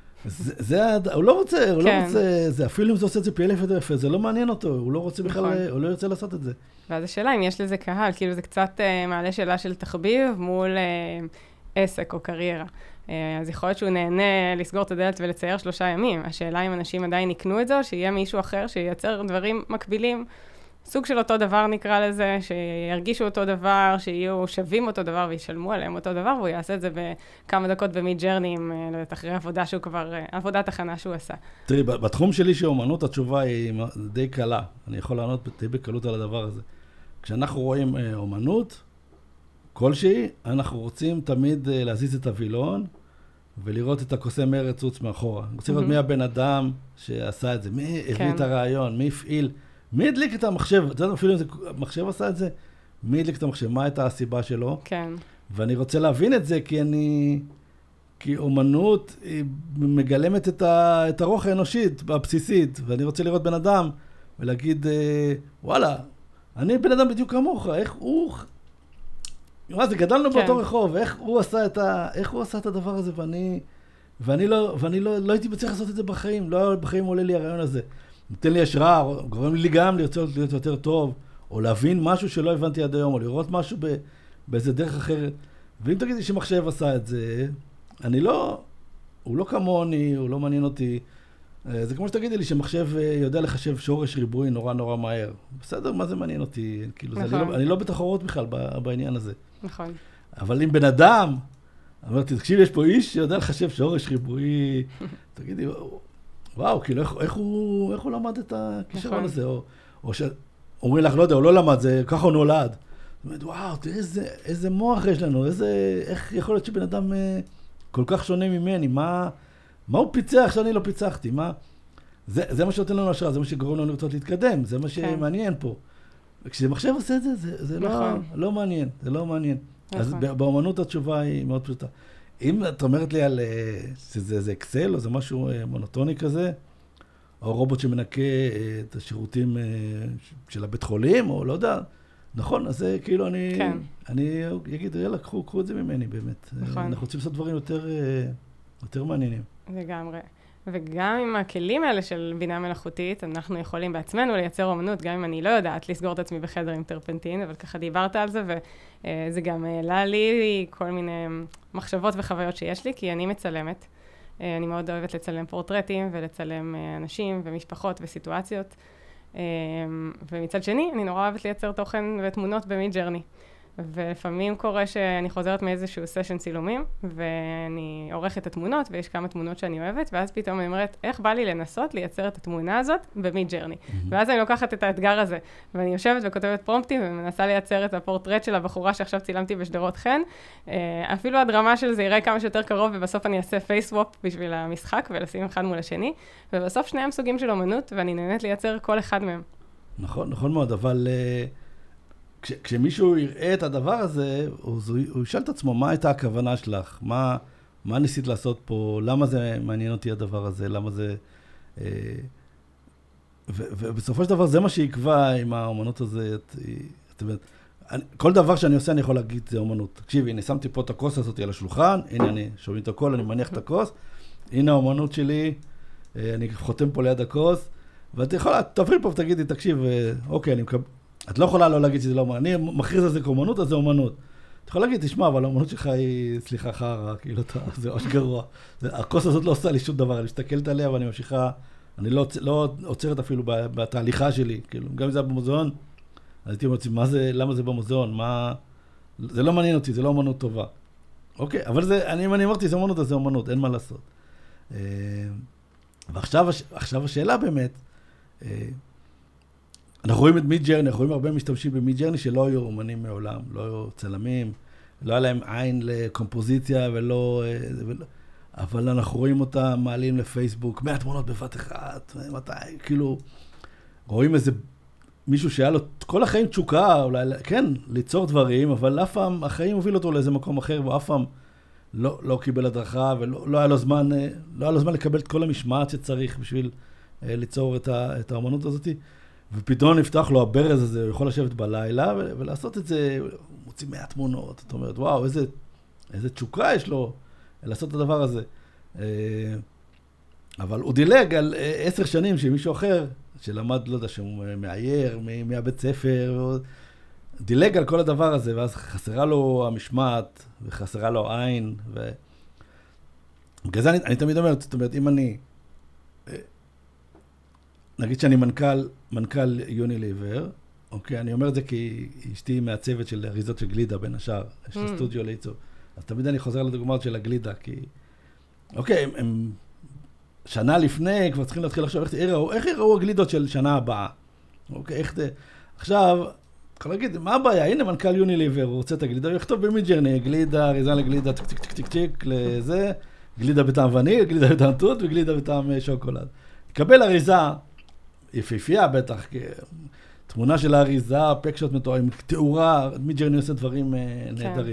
Speaker 1: הוא לא רוצה, אפילו אם זה עושה את זה פי 1000 יותר יפה, זה לא מעניין אותו, הוא לא רוצה בכלל, הוא לא ירצה לעשות את זה.
Speaker 2: ואז השאלה אם יש לזה קהל, כאילו זה קצת מעלה שאלה של תחביב מול עסק או קריירה. אז יכול להיות שהוא נהנה לסגור את הדלת ולצייר 3 ימים. השאלה אם אנשים עדיין יקנו את זה, או שיהיה מישהו אחר שייצר דברים מקבילים, סוג של אותו דבר נקרא לזה, שירגישו אותו דבר, שיהיו שווים אותו דבר וישלמו עליהם אותו דבר, והוא יעשה את זה בכמה דקות במיד ג'רני, אחרי עבודה שהוא כבר, עבודת הכנה שהוא עשה.
Speaker 1: תראי, בתחום שלי שאומנות התשובה היא די קלה. אני יכול לענות די בקלות על הדבר הזה. כשאנחנו רואים אומנות כלשהי, אנחנו רוצים תמיד להזיז את הווילון, ולראות את הקוסם ארץ צוץ מאחורה. רוצים לראות מי הבן אדם שעשה את זה, מי הביא את הרעיון, מי הפעיל, מי הדליק את המחשב? אתה יודע, אפילו אם המחשב עשה את זה, מי הדליק את המחשב? מה הייתה הסיבה שלו?
Speaker 2: כן.
Speaker 1: ואני רוצה להבין את זה, כי אומנות מגלמת את הרוח האנושית הבסיסית, ואני רוצה לראות בן אדם ולהגיד, וואלה, אני בן אדם בדיוק כמוך, איך הוא... מה זה, גדלנו באותו רחוב, איך הוא עשה את הדבר הזה, ואני לא הייתי מצליח לעשות את זה בחיים, לא בחיים עולה לי הרעיון הזה. נותן לי השראה, גורם לי גם לרצות להיות יותר טוב, או להבין משהו שלא הבנתי עד היום, או לראות משהו באיזה דרך אחרת. ואם תגידי שמחשב עשה את זה, הוא לא כמוני, הוא לא מעניין אותי. זה כמו שתגידי לי שמחשב יודע לחשב שורש ריבועי נורא נורא מהר. בסדר, מה זה מעניין אותי? כאילו, נכון. אני לא בתחרות בכלל בעניין הזה.
Speaker 2: נכון.
Speaker 1: אבל אם בן אדם, אמרתי, תקשיב, יש פה איש שיודע לחשב שורש ריבועי, תגידי, וואו, כאילו, איך הוא למד את הכישרון הזה? או אומרים לך, לא יודע, הוא לא למד, זה ככה הוא נולד. זאת אומרת, וואו, תראה איזה מוח יש לנו, איך יכול להיות שבן אדם כל כך שונה ממני, מה הוא פיצח שאני לא פיצחתי, זה מה שנותן לנו השראה, זה מה שגורם לנו לרצות להתקדם, זה מה שמעניין פה. וכשמחשב עושה את זה, זה לא מעניין, זה לא מעניין. אז באמנות התשובה היא מאוד פשוטה. אם את אומרת לי על שזה אקסל, או זה משהו מונוטוני כזה, או רובוט שמנקה את השירותים של הבית חולים, או לא יודע, נכון, אז זה כאילו אני אגיד, יאללה, קחו את זה ממני באמת. אנחנו רוצים לעשות דברים יותר מעניינים.
Speaker 2: לגמרי. וגם עם הכלים האלה של בינה מלאכותית, אנחנו יכולים בעצמנו לייצר אומנות, גם אם אני לא יודעת לסגור את עצמי בחדר עם טרפנטין, אבל ככה דיברת על זה, וזה גם העלה לי כל מיני מחשבות וחוויות שיש לי, כי אני מצלמת. אני מאוד אוהבת לצלם פורטרטים, ולצלם אנשים ומשפחות וסיטואציות. ומצד שני, אני נורא אוהבת לייצר תוכן ותמונות במידג'רני. ולפעמים קורה שאני חוזרת מאיזשהו סשן צילומים, ואני עורכת את התמונות, ויש כמה תמונות שאני אוהבת, ואז פתאום אני אומרת, איך בא לי לנסות לייצר את התמונה הזאת במידג'רני? ואז אני לוקחת את האתגר הזה, ואני יושבת וכותבת פרומפטים, ומנסה לייצר את הפורטרט של הבחורה שעכשיו צילמתי בשדרות חן. אפילו הדרמה של זה יראה כמה שיותר קרוב, ובסוף אני אעשה פייסוואפ בשביל המשחק, ולשים אחד מול השני, ובסוף שניהם סוגים של אומנות, ואני נהנית לייצר כל אחד מהם.
Speaker 1: נכון, נכון מאוד, אבל כשמישהו יראה את הדבר הזה, הוא ישאל את עצמו, מה הייתה הכוונה שלך? מה ניסית לעשות פה? למה זה מעניין אותי הדבר הזה? למה זה... ובסופו של דבר זה מה שיקבע עם האמנות הזה. כל דבר שאני עושה אני יכול להגיד זה אמנות. תקשיבי, אני שמתי פה את הכוס הזאת על השולחן, הנה אני שומעים את הכל, אני מניח את הכוס, הנה האמנות שלי, אני חותם פה ליד הכוס, ואת יכולה, תפריד פה ותגידי, תקשיב, אוקיי, אני מקבל... את לא יכולה לא להגיד שזה לא אומנות, אני מכריז על זה כאומנות, אז זה אומנות. את יכולה להגיד, תשמע, אבל האומנות שלך היא, סליחה, חרא, כאילו, זה ממש גרוע. הכוס הזאת לא עושה לי שום דבר, אני מסתכלת עליה ואני ממשיכה, אני לא עוצרת אפילו בתהליכה שלי, כאילו, גם אם זה במוזיאון, אז הייתי אומרת, למה זה במוזיאון? זה לא מעניין אותי, זה לא אומנות טובה. אוקיי, אבל זה, אם אני אמרתי, זה אומנות, אז זה אומנות, אין מה לעשות. ועכשיו השאלה באמת, אנחנו רואים את מידג'רני, אנחנו רואים הרבה משתמשים במידג'רני שלא היו אומנים מעולם, לא היו צלמים, לא היה להם עין לקומפוזיציה אבל אנחנו רואים אותם מעלים לפייסבוק, 100 תמונות בבת אחת, מתי, כאילו, רואים איזה מישהו שהיה לו כל החיים תשוקה, אולי, כן, ליצור דברים, אבל אף פעם, החיים הוביל אותו לאיזה מקום אחר, ואף פעם לא קיבל הדרכה, ולא היה לו זמן, לקבל את כל המשמעת שצריך בשביל ליצור את האמנות הזאת. ופתאום נפתח לו הברז הזה, הוא יכול לשבת בלילה ולעשות את זה, הוא מוציא 100 תמונות, זאת אומרת, וואו, איזה תשוקה יש לו לעשות את הדבר הזה. אבל הוא דילג על 10 שנים שמישהו אחר, שלמד, לא יודע, שהוא מאייר, מהבית ספר, דילג על כל הדבר הזה, ואז חסרה לו המשמעת, וחסרה לו עין, בגלל זה אני תמיד אומר, זאת אומרת, אם אני... נגיד שאני מנכ"ל יוניליבר, אוקיי, אני אומר את זה כי אשתי מהצוות של אריזות של גלידה בין השאר, יש לי סטודיו לעיצוב. אז תמיד אני חוזר לדוגמאות של הגלידה, כי, אוקיי, הם שנה לפני כבר צריכים להתחיל לחשוב, איך יראו הגלידות של שנה הבאה? אוקיי, איך זה... עכשיו, יכול להגיד, מה הבעיה? הנה מנכ"ל יוניליבר, הוא רוצה את הגלידה, הוא יכתוב במידג'רני, גלידה, אריזה לגלידה, צ'יק, לזה, גלידה בטעם וניל, גלידה בטעם תות וגלידה בטעם שוקולד. יקבל אריזה יפיפייה בטח, תמונה של האריזה, פקשות מתוארים, תאורה, מידג'רני עושה דברים נהדרים.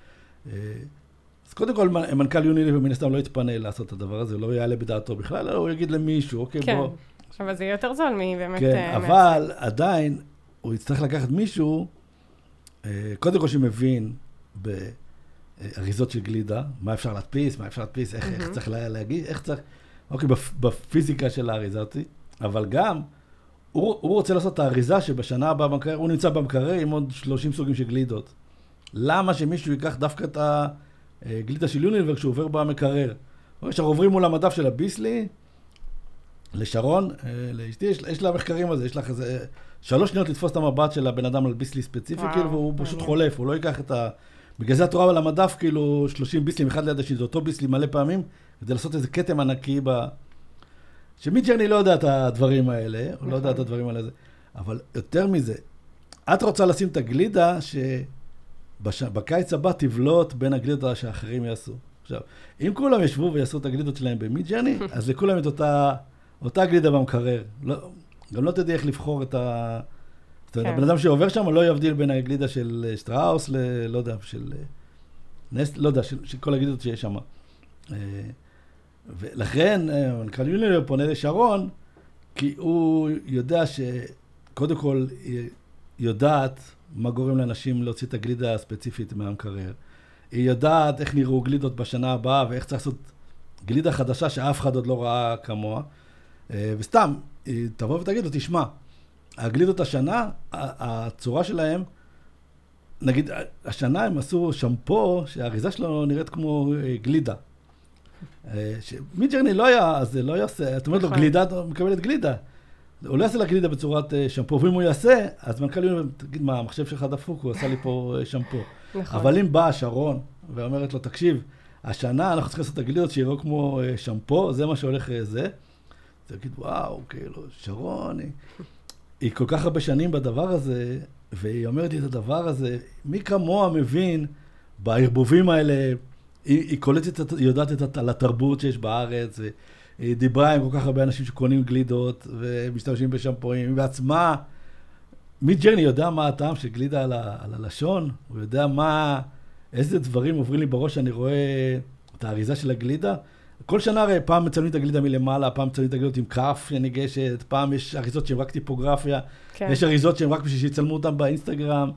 Speaker 1: אז קודם כל, מנכ"ל יוניליבר מן הסתם לא יתפנה לעשות את הדבר הזה, הוא לא יעלה בדעתו בכלל, אלא הוא יגיד למישהו, אוקיי, בוא.
Speaker 2: כן, אבל זה יהיה יותר זול מבאמת...
Speaker 1: כן, אבל עדיין הוא יצטרך לקחת מישהו, קודם כל שמבין באריזות של גלידה, מה אפשר להדפיס, איך צריך להגיד, איך צריך, אוקיי, בפיזיקה של האריזה אותי. אבל גם, הוא רוצה לעשות את האריזה שבשנה הבאה במקרר, הוא נמצא במקרר עם עוד 30 סוגים של גלידות. למה שמישהו ייקח דווקא את הגלידה של יוניליבר כשהוא עובר במקרר? אנחנו עוברים מול המדף של הביסלי, לשרון, לאשתי, יש לה מחקרים על זה, יש לך איזה 3 שניות לתפוס את המבט של הבן אדם על ביסלי ספציפי, כאילו, והוא פשוט חולף, הוא לא ייקח את ה... בגלל זה את רואה על המדף, כאילו, 30 ביסלים אחד ליד השני, זה אותו ביסלי מלא פעמים, כדי לעשות איזה קטם ענקי ב... שמידג'רני לא יודע את הדברים האלה, הוא לא יודע את הדברים האלה. אבל יותר מזה, את רוצה לשים את הגלידה שבקיץ הבא תבלוט בין הגלידות שאחרים יעשו. עכשיו, אם כולם ישבו ויעשו את הגלידות שלהם במידג'רני, אז לכולם את אותה גלידה במקרר. גם לא תדעי איך לבחור את ה... זאת אומרת, הבן אדם שעובר שם לא יבדיל בין הגלידה של שטראוס לא יודע, של נסט, לא יודע, של כל הגלידות שיש שם. ולכן, מנכ"ל יוניליבר פונה לשרון, כי הוא יודע שקודם כל יודעת מה גורם לאנשים להוציא את הגלידה הספציפית מהמקרר. היא יודעת איך נראו גלידות בשנה הבאה, ואיך צריך לעשות גלידה חדשה שאף אחד עוד לא ראה כמוה. וסתם, היא תבוא ותגיד לו, תשמע, הגלידות השנה, הצורה שלהם, נגיד, השנה הם עשו שמפו, שהאריזה שלו נראית כמו גלידה. מידג'רני לא היה, אז זה לא יעשה, את אומרת לו, גלידה, אתה מקבלת גלידה. הוא לא יעשה לה גלידה בצורת שמפו, ואם הוא יעשה, אז מנכ"ל יוניליבר, תגיד, מה, המחשב שלך דפוק, הוא עשה לי פה שמפו. אבל אם באה שרון, ואומרת לו, תקשיב, השנה אנחנו צריכים לעשות את הגלידות שיראו כמו שמפו, זה מה שהולך זה. אז תגיד, וואו, כאילו, שרון, היא כל כך הרבה שנים בדבר הזה, והיא אומרת לי את הדבר הזה, מי כמוה מבין בערבובים האלה, היא קולטת, יודעת על התרבות שיש בארץ, היא דיברה עם כל כך הרבה אנשים שקונים גלידות, ומשתמשים בשמפואים, היא בעצמה, מידג'רני יודע מה הטעם של גלידה על הלשון, הוא יודע איזה דברים עוברים לי בראש, אני רואה את האריזה של הגלידה, כל שנה הרי פעם מצלמים את הגלידה מלמעלה, פעם מצלמים את הגלידות עם כף שניגשת, פעם יש אריזות שהן רק טיפוגרפיה, כן. יש אריזות שהן רק בשביל שיצלמו אותן באינסטגרם.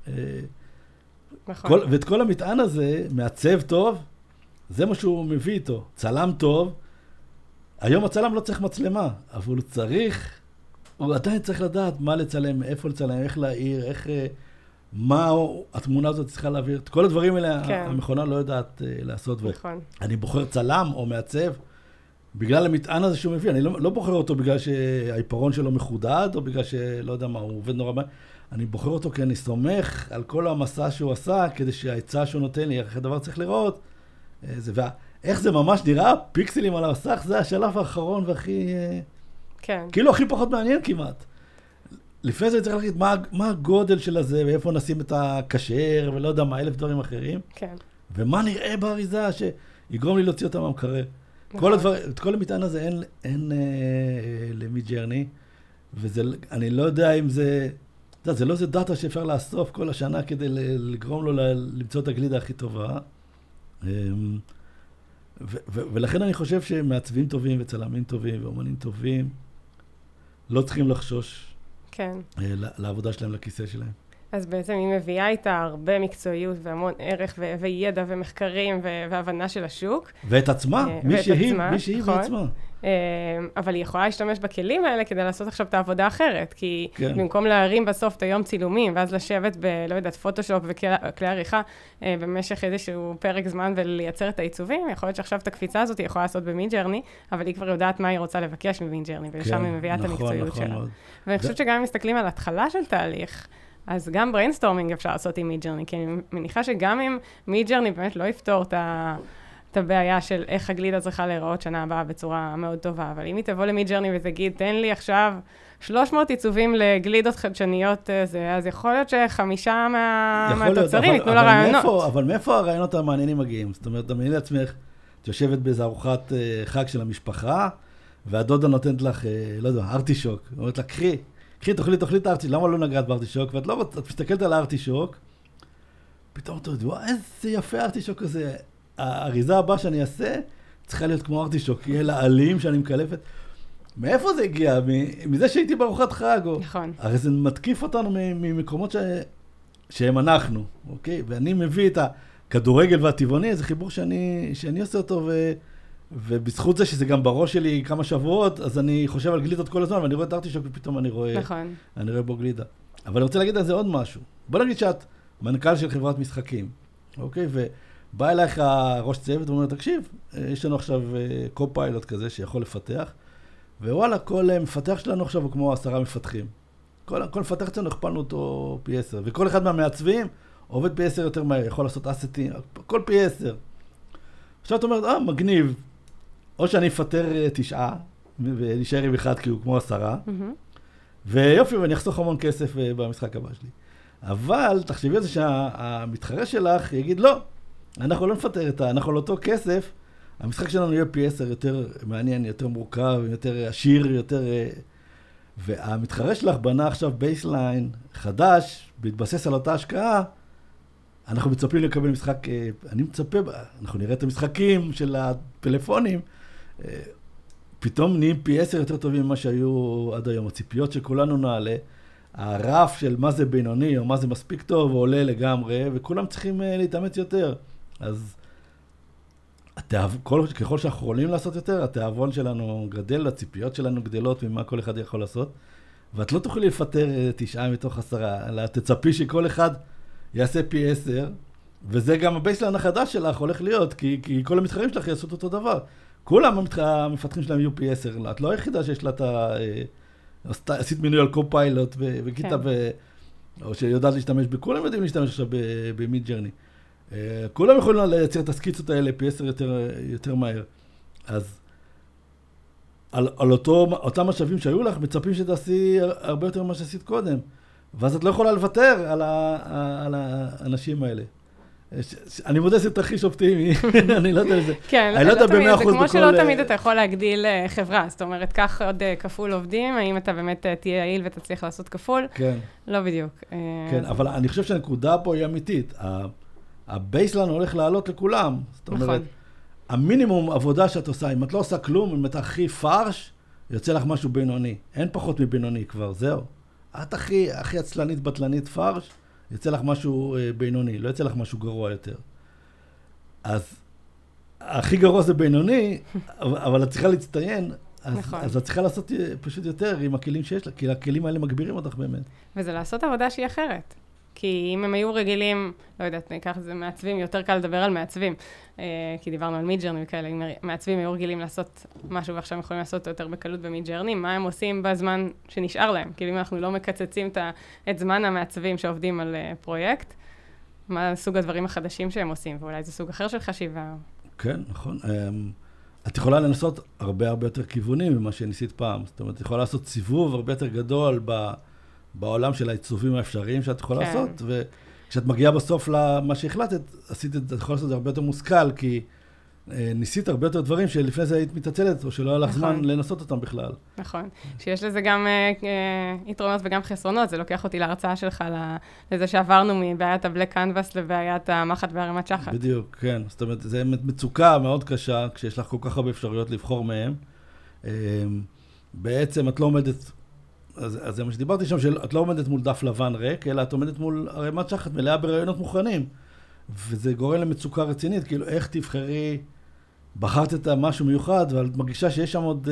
Speaker 2: נכון.
Speaker 1: ואת כל המטען הזה, מעצב טוב, זה מה שהוא מביא איתו. צלם טוב, היום הצלם לא צריך מצלמה, אבל הוא עדיין צריך לדעת מה לצלם, איפה לצלם, איך להעיר, מה התמונה הזאת צריכה להעביר. את כל הדברים האלה כן. המכונה לא יודעת לעשות.
Speaker 2: נכון.
Speaker 1: אני בוחר צלם או מעצב בגלל המטען הזה שהוא מביא. אני לא בוחר אותו בגלל שהעיפרון שלו מחודד, או בגלל שלא יודע מה, הוא עובד נורא מה. אני בוחר אותו כי אני סומך על כל המסע שהוא עשה, כדי שההיצע שהוא נותן לי, איך הדבר צריך לראות. איך זה ממש נראה, פיקסלים על המסך, זה השלב האחרון והכי...
Speaker 2: כן.
Speaker 1: כאילו הכי פחות מעניין כמעט. לפני זה צריך להגיד מה הגודל של הזה, ואיפה נשים את הקשר, ולא יודע מה, 1000 דברים אחרים.
Speaker 2: כן.
Speaker 1: ומה נראה באריזה שיגרום לי להוציא אותה מהמקרר. את כל המטען הזה אין למידג'רני, ואני לא יודע אם זה... זה לא איזה דאטה שאפשר לאסוף כל השנה כדי לגרום לו למצוא את הגלידה הכי טובה. ולכן אני חושב שמעצבים טובים וצלמים טובים ואומנים טובים לא צריכים לחשוש
Speaker 2: כן.
Speaker 1: לעבודה שלהם, לכיסא שלהם.
Speaker 2: אז בעצם היא מביאה איתה הרבה מקצועיות והמון ערך וידע ומחקרים והבנה של השוק.
Speaker 1: ואת עצמה, מי שהיא בעצמה.
Speaker 2: אבל היא יכולה להשתמש בכלים האלה כדי לעשות עכשיו את העבודה אחרת, כי במקום להרים בסוף את היום צילומים, ואז לשבת לא יודעת, פוטושופ וכלי עריכה במשך איזשהו פרק זמן ולייצר את העיצובים, יכול להיות שעכשיו את הקפיצה הזאת היא יכולה לעשות במידג'רני, אבל היא כבר יודעת מה היא רוצה לבקש ממידג'רני, ולשם היא מביאה את המקצועיות שלה. ואני חושבת שגם אם מסתכלים על התחלה של תהליך, אז גם בריינסטורמינג אפשר לעשות עם מידג'רני, כי אני מניחה שגם אם מידג'רני באמת לא יפתור את הבעיה של איך הגלידה צריכה להיראות שנה הבאה בצורה מאוד טובה, אבל אם היא תבוא למידג'רני ותגיד, תן לי עכשיו 300 עיצובים לגלידות חדשניות, אז יכול להיות ש5 מהתוצרים ייתנו לה רעיונות.
Speaker 1: אבל מאיפה הרעיונות המעניינים מגיעים? זאת אומרת, דמייני לעצמך, את יושבת באיזו ארוחת חג של המשפחה, והדודה נותנת לך, לא יודע, ארטישוק. אומרת לה, קחי, תאכלי את הארטישוק, למה לא נגעת בארטישוק? ואת לא, את מסתכלת על הארטישוק, פתאום אתה יודע, איזה יפה הארטישוק הזה. האריזה הבאה שאני אעשה, צריכה להיות כמו ארטישוק, יהיה לה עלים שאני מקלפת. מאיפה זה הגיע? מזה שהייתי בארוחת חג.
Speaker 2: נכון.
Speaker 1: הרי זה מתקיף אותנו ממקומות שהם אנחנו, אוקיי? ואני מביא את הכדורגל והטבעוני, זה חיבור שאני עושה אותו, ובזכות זה שזה גם בראש שלי כמה שבועות, אז אני חושב על גלידות כל הזמן, ואני רואה את ארטישוק, ופתאום אני רואה בו גלידה. אבל אני רוצה להגיד על זה עוד משהו. בוא נגיד שאת מנכ"ל של חברת משחקים, אוקיי? בא אלייך ראש צוות ואומר, תקשיב, יש לנו עכשיו קו-פיילוט כזה שיכול לפתח, ווואלה, כל מפתח שלנו עכשיו הוא כמו 10 מפתחים. כל מפתח שלנו הכפלנו אותו פי 10, וכל אחד מהמעצבים עובד פי 10 יותר מהר, יכול לעשות אסטים, כל פי 10. עכשיו אתה אומר, מגניב, או שאני אפטר 9, ונשאר עם אחד כי הוא כמו 10, ויופי, ואני אחסוך המון כסף במשחק הבא שלי. אבל תחשבי על זה שהמתחרה שלך יגיד, לא, אנחנו לא נפטר אנחנו על אותו כסף, המשחק שלנו יהיה פי 10 יותר מעניין, יותר מורכב, יותר עשיר, יותר... והמתחרה שלך בנה עכשיו בייסליין חדש, בהתבסס על אותה השקעה, אנחנו מצפים לקבל משחק, אני מצפה, אנחנו נראה את המשחקים של הפלאפונים, פתאום נהיים פי 10 יותר טובים ממה שהיו עד היום. הציפיות שכולנו נעלה, הרף של מה זה בינוני או מה זה מספיק טוב עולה לגמרי, וכולם צריכים להתאמץ יותר. אז ככל שאנחנו יכולים לעשות יותר, התיאבון שלנו גדל, הציפיות שלנו גדלות ממה כל אחד יכול לעשות, ואת לא תוכלי לפטר 9 מתוך 10, אלא תצפי שכל אחד יעשה פי 10, וזה גם הבייסליין החדש שלך הולך להיות, כי כל המתחרים שלך יעשו אותו דבר. כולם המפתחים שלהם יהיו פי 10, את לא היחידה שיש לה עשית מינוי על קופיילוט וגיטה, או שיודעת להשתמש בכולם יודעים להשתמש עכשיו במיד ג'רני. כולם יכולים לייצר את הסקיצות האלה פי 10 יותר מהר. אז על אותם משאבים שהיו לך, מצפים שתעשי הרבה יותר ממה שעשית קודם. ואז את לא יכולה לוותר על האנשים האלה. אני מודה שזה תרחיש אופטימי, אני לא יודע את זה.
Speaker 2: כן, זה כמו שלא תמיד אתה יכול להגדיל חברה, זאת אומרת, קח עוד כפול עובדים, האם אתה באמת תהיה יעיל ותצליח לעשות כפול?
Speaker 1: כן.
Speaker 2: לא בדיוק.
Speaker 1: כן, אבל אני חושב שהנקודה פה היא אמיתית. הבייסליין הולך לעלות לכולם. זאת אומרת, המינימום עבודה שאת עושה, אם את לא עושה כלום, אם אתה הכי פרש, יוצא לך משהו בינוני. אין פחות מבינוני כבר, זהו. את הכי עצלנית, בטלנית, פרש, יוצא לך משהו בינוני, לא יוצא לך משהו גרוע יותר. אז הכי גרוע זה בינוני, אבל את צריכה להצטיין, אז את צריכה לעשות פשוט יותר עם הכלים שיש לה, כי הכלים האלה מגבירים אותך באמת.
Speaker 2: וזה לעשות עבודה שהיא אחרת. כי אם הם היו רגילים, לא יודעת, ניקח את זה מעצבים, יותר קל לדבר על מעצבים, כי דיברנו על מידג'רני וכאלה, אם מעצבים היו רגילים לעשות משהו ועכשיו יכולים לעשות יותר בקלות במידג'רני, מה הם עושים בזמן שנשאר להם? כאילו אם אנחנו לא מקצצים את זמן המעצבים שעובדים על פרויקט, מה סוג הדברים החדשים שהם עושים, ואולי זה סוג אחר של חשיבה.
Speaker 1: כן, נכון. את יכולה לנסות הרבה יותר כיוונים ממה שניסית פעם. זאת אומרת, את יכולה לעשות סיבוב הרבה יותר גדול בעולם של העיצובים האפשריים שאת יכולה לעשות, וכשאת מגיעה בסוף למה שהחלטת, את יכולה לעשות את זה הרבה יותר מושכל, כי ניסית הרבה יותר דברים שלפני זה היית מתעצלת, או שלא היה לך זמן לנסות אותם בכלל.
Speaker 2: נכון. שיש לזה גם יתרונות וגם חסרונות, זה לוקח אותי להרצאה שלך, לזה שעברנו מבעיית הבלק קנבס לבעיית המחט והרמת שחת.
Speaker 1: בדיוק, כן. זאת אומרת, זה מצוקה מאוד קשה, כשיש לך כל כך הרבה אפשרויות לבחור מהם. בעצם את לא עומדת, אז זה מה שדיברתי שם, שאת לא עומדת מול דף לבן ריק, אלא את עומדת מול הרמת שחת מלאה ברעיונות מוכנים. וזה גורם למצוקה רצינית, כאילו איך תבחרי, בחרת את משהו מיוחד, אבל את מרגישה שיש שם עוד,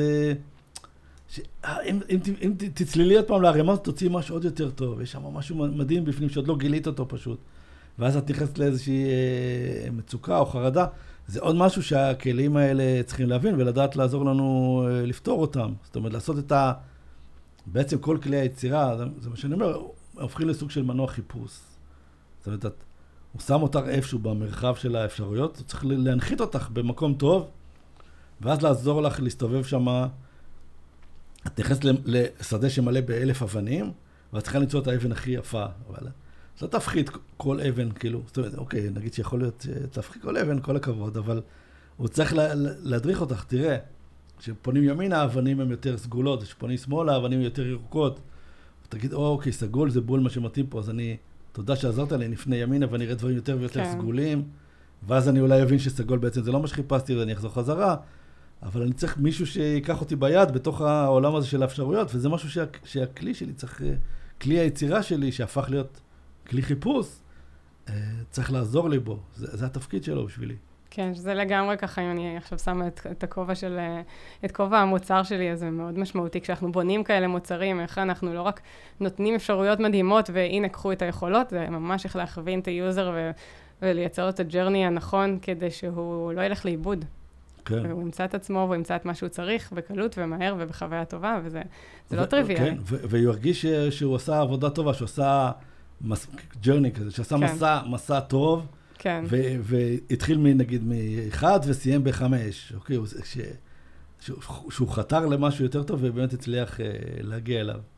Speaker 1: אם תצלילי עוד פעם להרמה, תוציאי משהו עוד יותר טוב, יש שם משהו מדהים בפנים שעוד לא גילית אותו פשוט. ואז את נכנסת לאיזושהי מצוקה או חרדה, זה עוד משהו שהכלים האלה צריכים להבין ולדעת לעזור לנו לפתור אותם. זאת אומרת, לעשות בעצם כל כלי היצירה, זה מה שאני אומר, הופכים לסוג של מנוע חיפוש. זאת אומרת, הוא שם אותך איפשהו במרחב של האפשרויות, הוא צריך להנחית אותך במקום טוב, ואז לעזור לך להסתובב שם, את נכנסת לשדה שמלא ב1,000 אבנים, ואת צריכה למצוא את האבן הכי יפה, אבל לא תפחית כל אבן, כאילו, זאת אומרת, אוקיי, נגיד שיכול להיות תפחית כל אבן, כל הכבוד, אבל הוא צריך להדריך אותך, תראה, כשפונים ימינה, האבנים הן יותר סגולות, כשפונים שמאלה, האבנים יותר ירוקות, ותגיד, אוקיי, סגול זה בול מה שמתאים פה, אז תודה שעזרת לי, נפנה ימינה ואני אראה דברים יותר ויותר סגולים, ואז אני אולי אבין שסגול בעצם זה לא מה שחיפשתי ואני אחזור חזרה, אבל אני צריך מישהו שיקח אותי ביד בתוך העולם הזה של האפשרויות, וזה משהו שהכלי שלי צריך, כלי היצירה שלי שהפך להיות כלי חיפוש, צריך לעזור לי בו, זה התפקיד שלו בשבילי.
Speaker 2: כן, שזה לגמרי ככה, אם אני עכשיו שמה את כובע המוצר שלי, אז זה מאוד משמעותי. כשאנחנו בונים כאלה מוצרים, איך אנחנו לא רק נותנים אפשרויות מדהימות, והנה, קחו את היכולות, זה ממש איך להכווין את היוזר ולייצר את הג'רני הנכון, כדי שהוא לא ילך לאיבוד.
Speaker 1: כן.
Speaker 2: והוא ימצא את עצמו, והוא ימצא את מה שהוא צריך, בקלות ומהר ובחוויה טובה, וזה לא טריוויאלי.
Speaker 1: כן, והוא ירגיש שהוא עשה עבודה טובה, שהוא עשה ג'רני כזה, שעשה מסע טוב,
Speaker 2: כן.
Speaker 1: והתחיל נגיד מ1 וסיים ב5, אוקיי, שהוא חתר למשהו יותר טוב ובאמת הצליח להגיע אליו.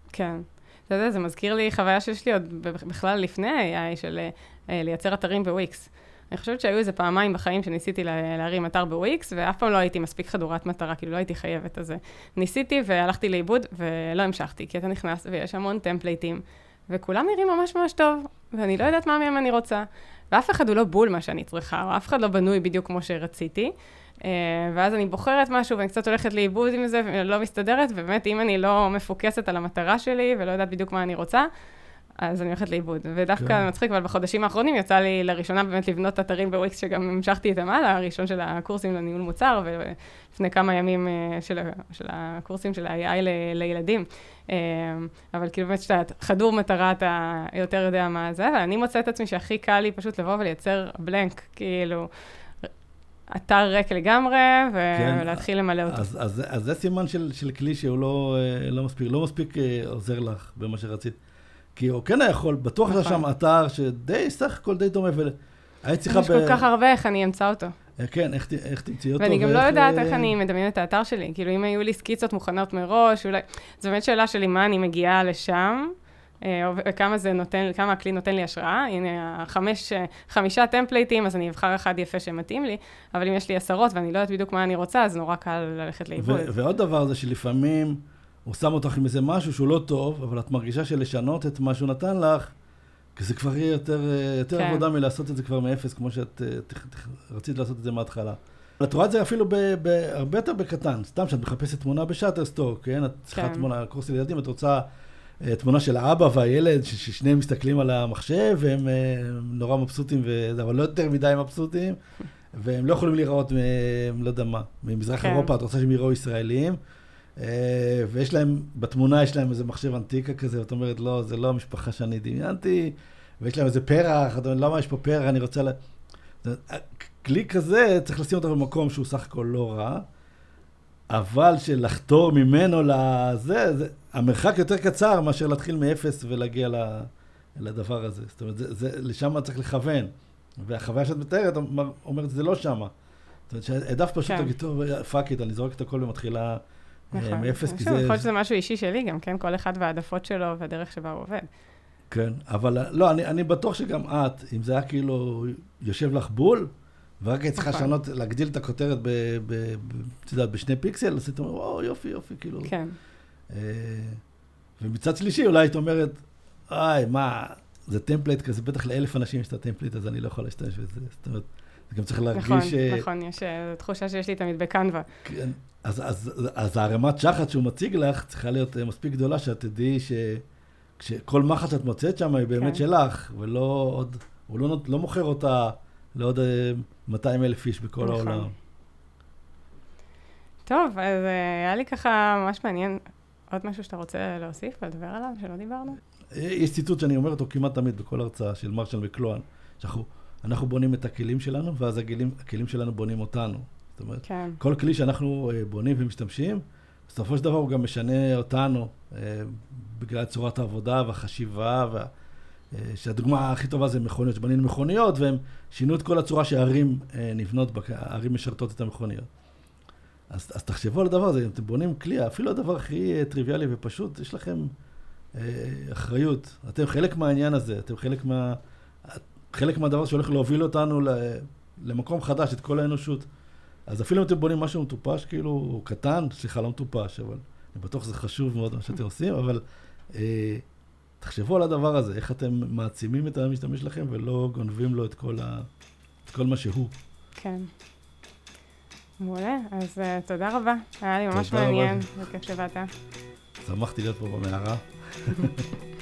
Speaker 2: כן. אתה יודע, זה מזכיר לי חוויה שיש לי עוד בכלל לפני ה-AI של לייצר אתרים בוויקס. אני חושבת שהיו איזה פעמיים בחיים שניסיתי להרים אתר בוויקס, ואף פעם לא הייתי מספיק חדורת מטרה, כאילו לא הייתי חייבת. אז ניסיתי והלכתי לאיבוד ולא המשכתי, כי אתה נכנס ויש המון טמפלייטים, וכולם נראים ממש ממש טוב, ואני לא יודעת מה מהם אני רוצה. ואף אחד הוא לא בול מה שאני צריכה, או אף אחד לא בנוי בדיוק כמו שרציתי. ואז אני בוחרת משהו, ואני קצת הולכת לאיבוד עם זה, ולא מסתדרת, ובאמת, אם אני לא מפוקסת על המטרה שלי, ולא יודעת בדיוק מה אני רוצה, אז אני הולכת לאיבוד. ודווקא מצחיק, אבל בחודשים האחרונים יצא לי לראשונה באמת לבנות אתרים בוויקס, שגם המשכתי את המעלה, הראשון של הקורסים לניהול מוצר, ולפני כמה ימים של הקורסים של ה-AI לילדים. אבל כאילו באמת שאתה חדור מטרה, אתה יותר יודע מה זה, ואני מוצאת את עצמי שהכי קל לי פשוט לבוא ולייצר בלנק, כאילו, אתר ריק לגמרי, ולהתחיל למלא אותו.
Speaker 1: אז זה סימן של כלי שהוא לא מספיק עוזר לך במה שרצית. כי הוא כן יכול, בטוח יש שם אתר שדי, סך הכל די דומה, והיית צריכה
Speaker 2: יש כל כך הרבה, איך אני אמצא אותו.
Speaker 1: כן, איך תמצאי אותו.
Speaker 2: ואני גם לא יודעת איך אני מדמיין את האתר שלי. כאילו, אם היו לי סקיצות מוכנות מראש, אולי... זו באמת שאלה שלי, מה אני מגיעה לשם, כמה הכלי נותן לי השראה. הנה, 5 טמפלייטים, אז אני אבחר אחד יפה שמתאים לי, אבל אם יש לי 10 ואני לא יודעת בדיוק מה אני רוצה, אז נורא קל ללכת לאיבוד.
Speaker 1: ועוד דבר זה שלפעמים הוא שם אותך עם איזה משהו שהוא לא טוב, אבל את מרגישה שלשנות את מה שהוא נתן לך, כי זה כבר יהיה יותר עבודה מלעשות את זה כבר מאפס, כמו שאת רצית לעשות את זה מההתחלה. את רואה את זה אפילו הרבה יותר בקטן, סתם שאת מחפשת תמונה בשאטרסטוק, כן? את צריכה תמונה, קורס לילדים, את רוצה תמונה של האבא והילד, ששניהם מסתכלים על המחשב, והם נורא מבסוטים, אבל לא יותר מדי מבסוטים, והם לא יכולים לראות, לא יודע מה, ממזרח אירופה, את רוצה שהם יראו ישראלים, ויש להם, בתמונה יש להם איזה מחשב אנטיקה כזה, ואת אומרת, לא, זה לא המשפחה שאני דמיינתי, ויש להם איזה פרח, את אומרת, למה יש פה פרח, אני רוצה כלי כזה, צריך לשים אותו במקום שהוא סך הכל לא רע, אבל שלחתור ממנו לזה, המרחק יותר קצר מאשר להתחיל מאפס ולהגיע לדבר הזה. זאת אומרת, לשם צריך לכוון. והחוויה שאת מתארת אומרת, זה לא שמה. זאת אומרת, שהעדף פשוט תגיד, טוב, פאקית, אני זורק את הכל ומתחילה מאפס, כי זה... יכול
Speaker 2: להיות שזה משהו אישי שלי גם, כן? כל אחד והעדפות שלו והדרך שבה הוא עובד.
Speaker 1: כן, אבל לא, אני בטוח שגם את, אם זה היה כאילו יושב לך בול, ורק היית צריכה לשנות, להגדיל את הכותרת בשני פיקסל, אז היית אומר, וואו, יופי, כאילו.
Speaker 2: כן.
Speaker 1: ומצד שלישי, אולי היית אומרת, מה, זה טמפלייט כזה, בטח ל1,000 אנשים יש את הטמפלייט, אז אני לא יכול להשתמש בזה. זאת אומרת, זה גם צריך להרגיש...
Speaker 2: נכון, יש תחושה שיש לי תמיד בקנווה.
Speaker 1: כן, אז הרמת שחת שהוא מציג לך, צריכה להיות מספיק גדולה, שאת תדעי שכל מחט שאת מוצאת שם היא באמת שלך, ולא עוד, הוא לא מוכר אותה לעוד 200,000 איש בכל העולם.
Speaker 2: טוב, אז היה לי ככה ממש מעניין. עוד משהו שאתה רוצה להוסיף ולדבר עליו, שלא דיברנו?
Speaker 1: יש ציטוט שאני אומר אותו כמעט תמיד בכל הרצאה של מרשל מקלוהן, שאנחנו בונים את הכלים שלנו, ואז הכלים שלנו בונים אותנו. זאת אומרת, כל כלי שאנחנו בונים ומשתמשים, בסופו של דבר הוא גם משנה אותנו, בגלל צורת העבודה והחשיבה, שהדוגמה הכי טובה זה מכוניות, שבנינו מכוניות, והם שינו את כל הצורה שהערים נבנות, הערים משרתות את המכוניות. אז תחשבו על הדבר הזה, אם אתם בונים כלי, אפילו הדבר הכי טריוויאלי ופשוט, יש לכם אחריות. אתם חלק מהעניין הזה, אתם חלק מהדבר שהולך להוביל אותנו למקום חדש, את כל האנושות. אז אפילו אם אתם בונים משהו מטופש, כאילו, הוא קטן, סליחה, לא מטופש, אבל אני בטוח שזה חשוב מאוד מה שאתם עושים, אבל תחשבו על הדבר הזה, איך אתם מעצימים את המשתמש שלכם ולא גונבים לו את כל מה שהוא.
Speaker 2: כן. מעולה, אז תודה רבה. היה לי ממש מעניין, וכיף שבאת.
Speaker 1: שמחתי להיות פה במערה.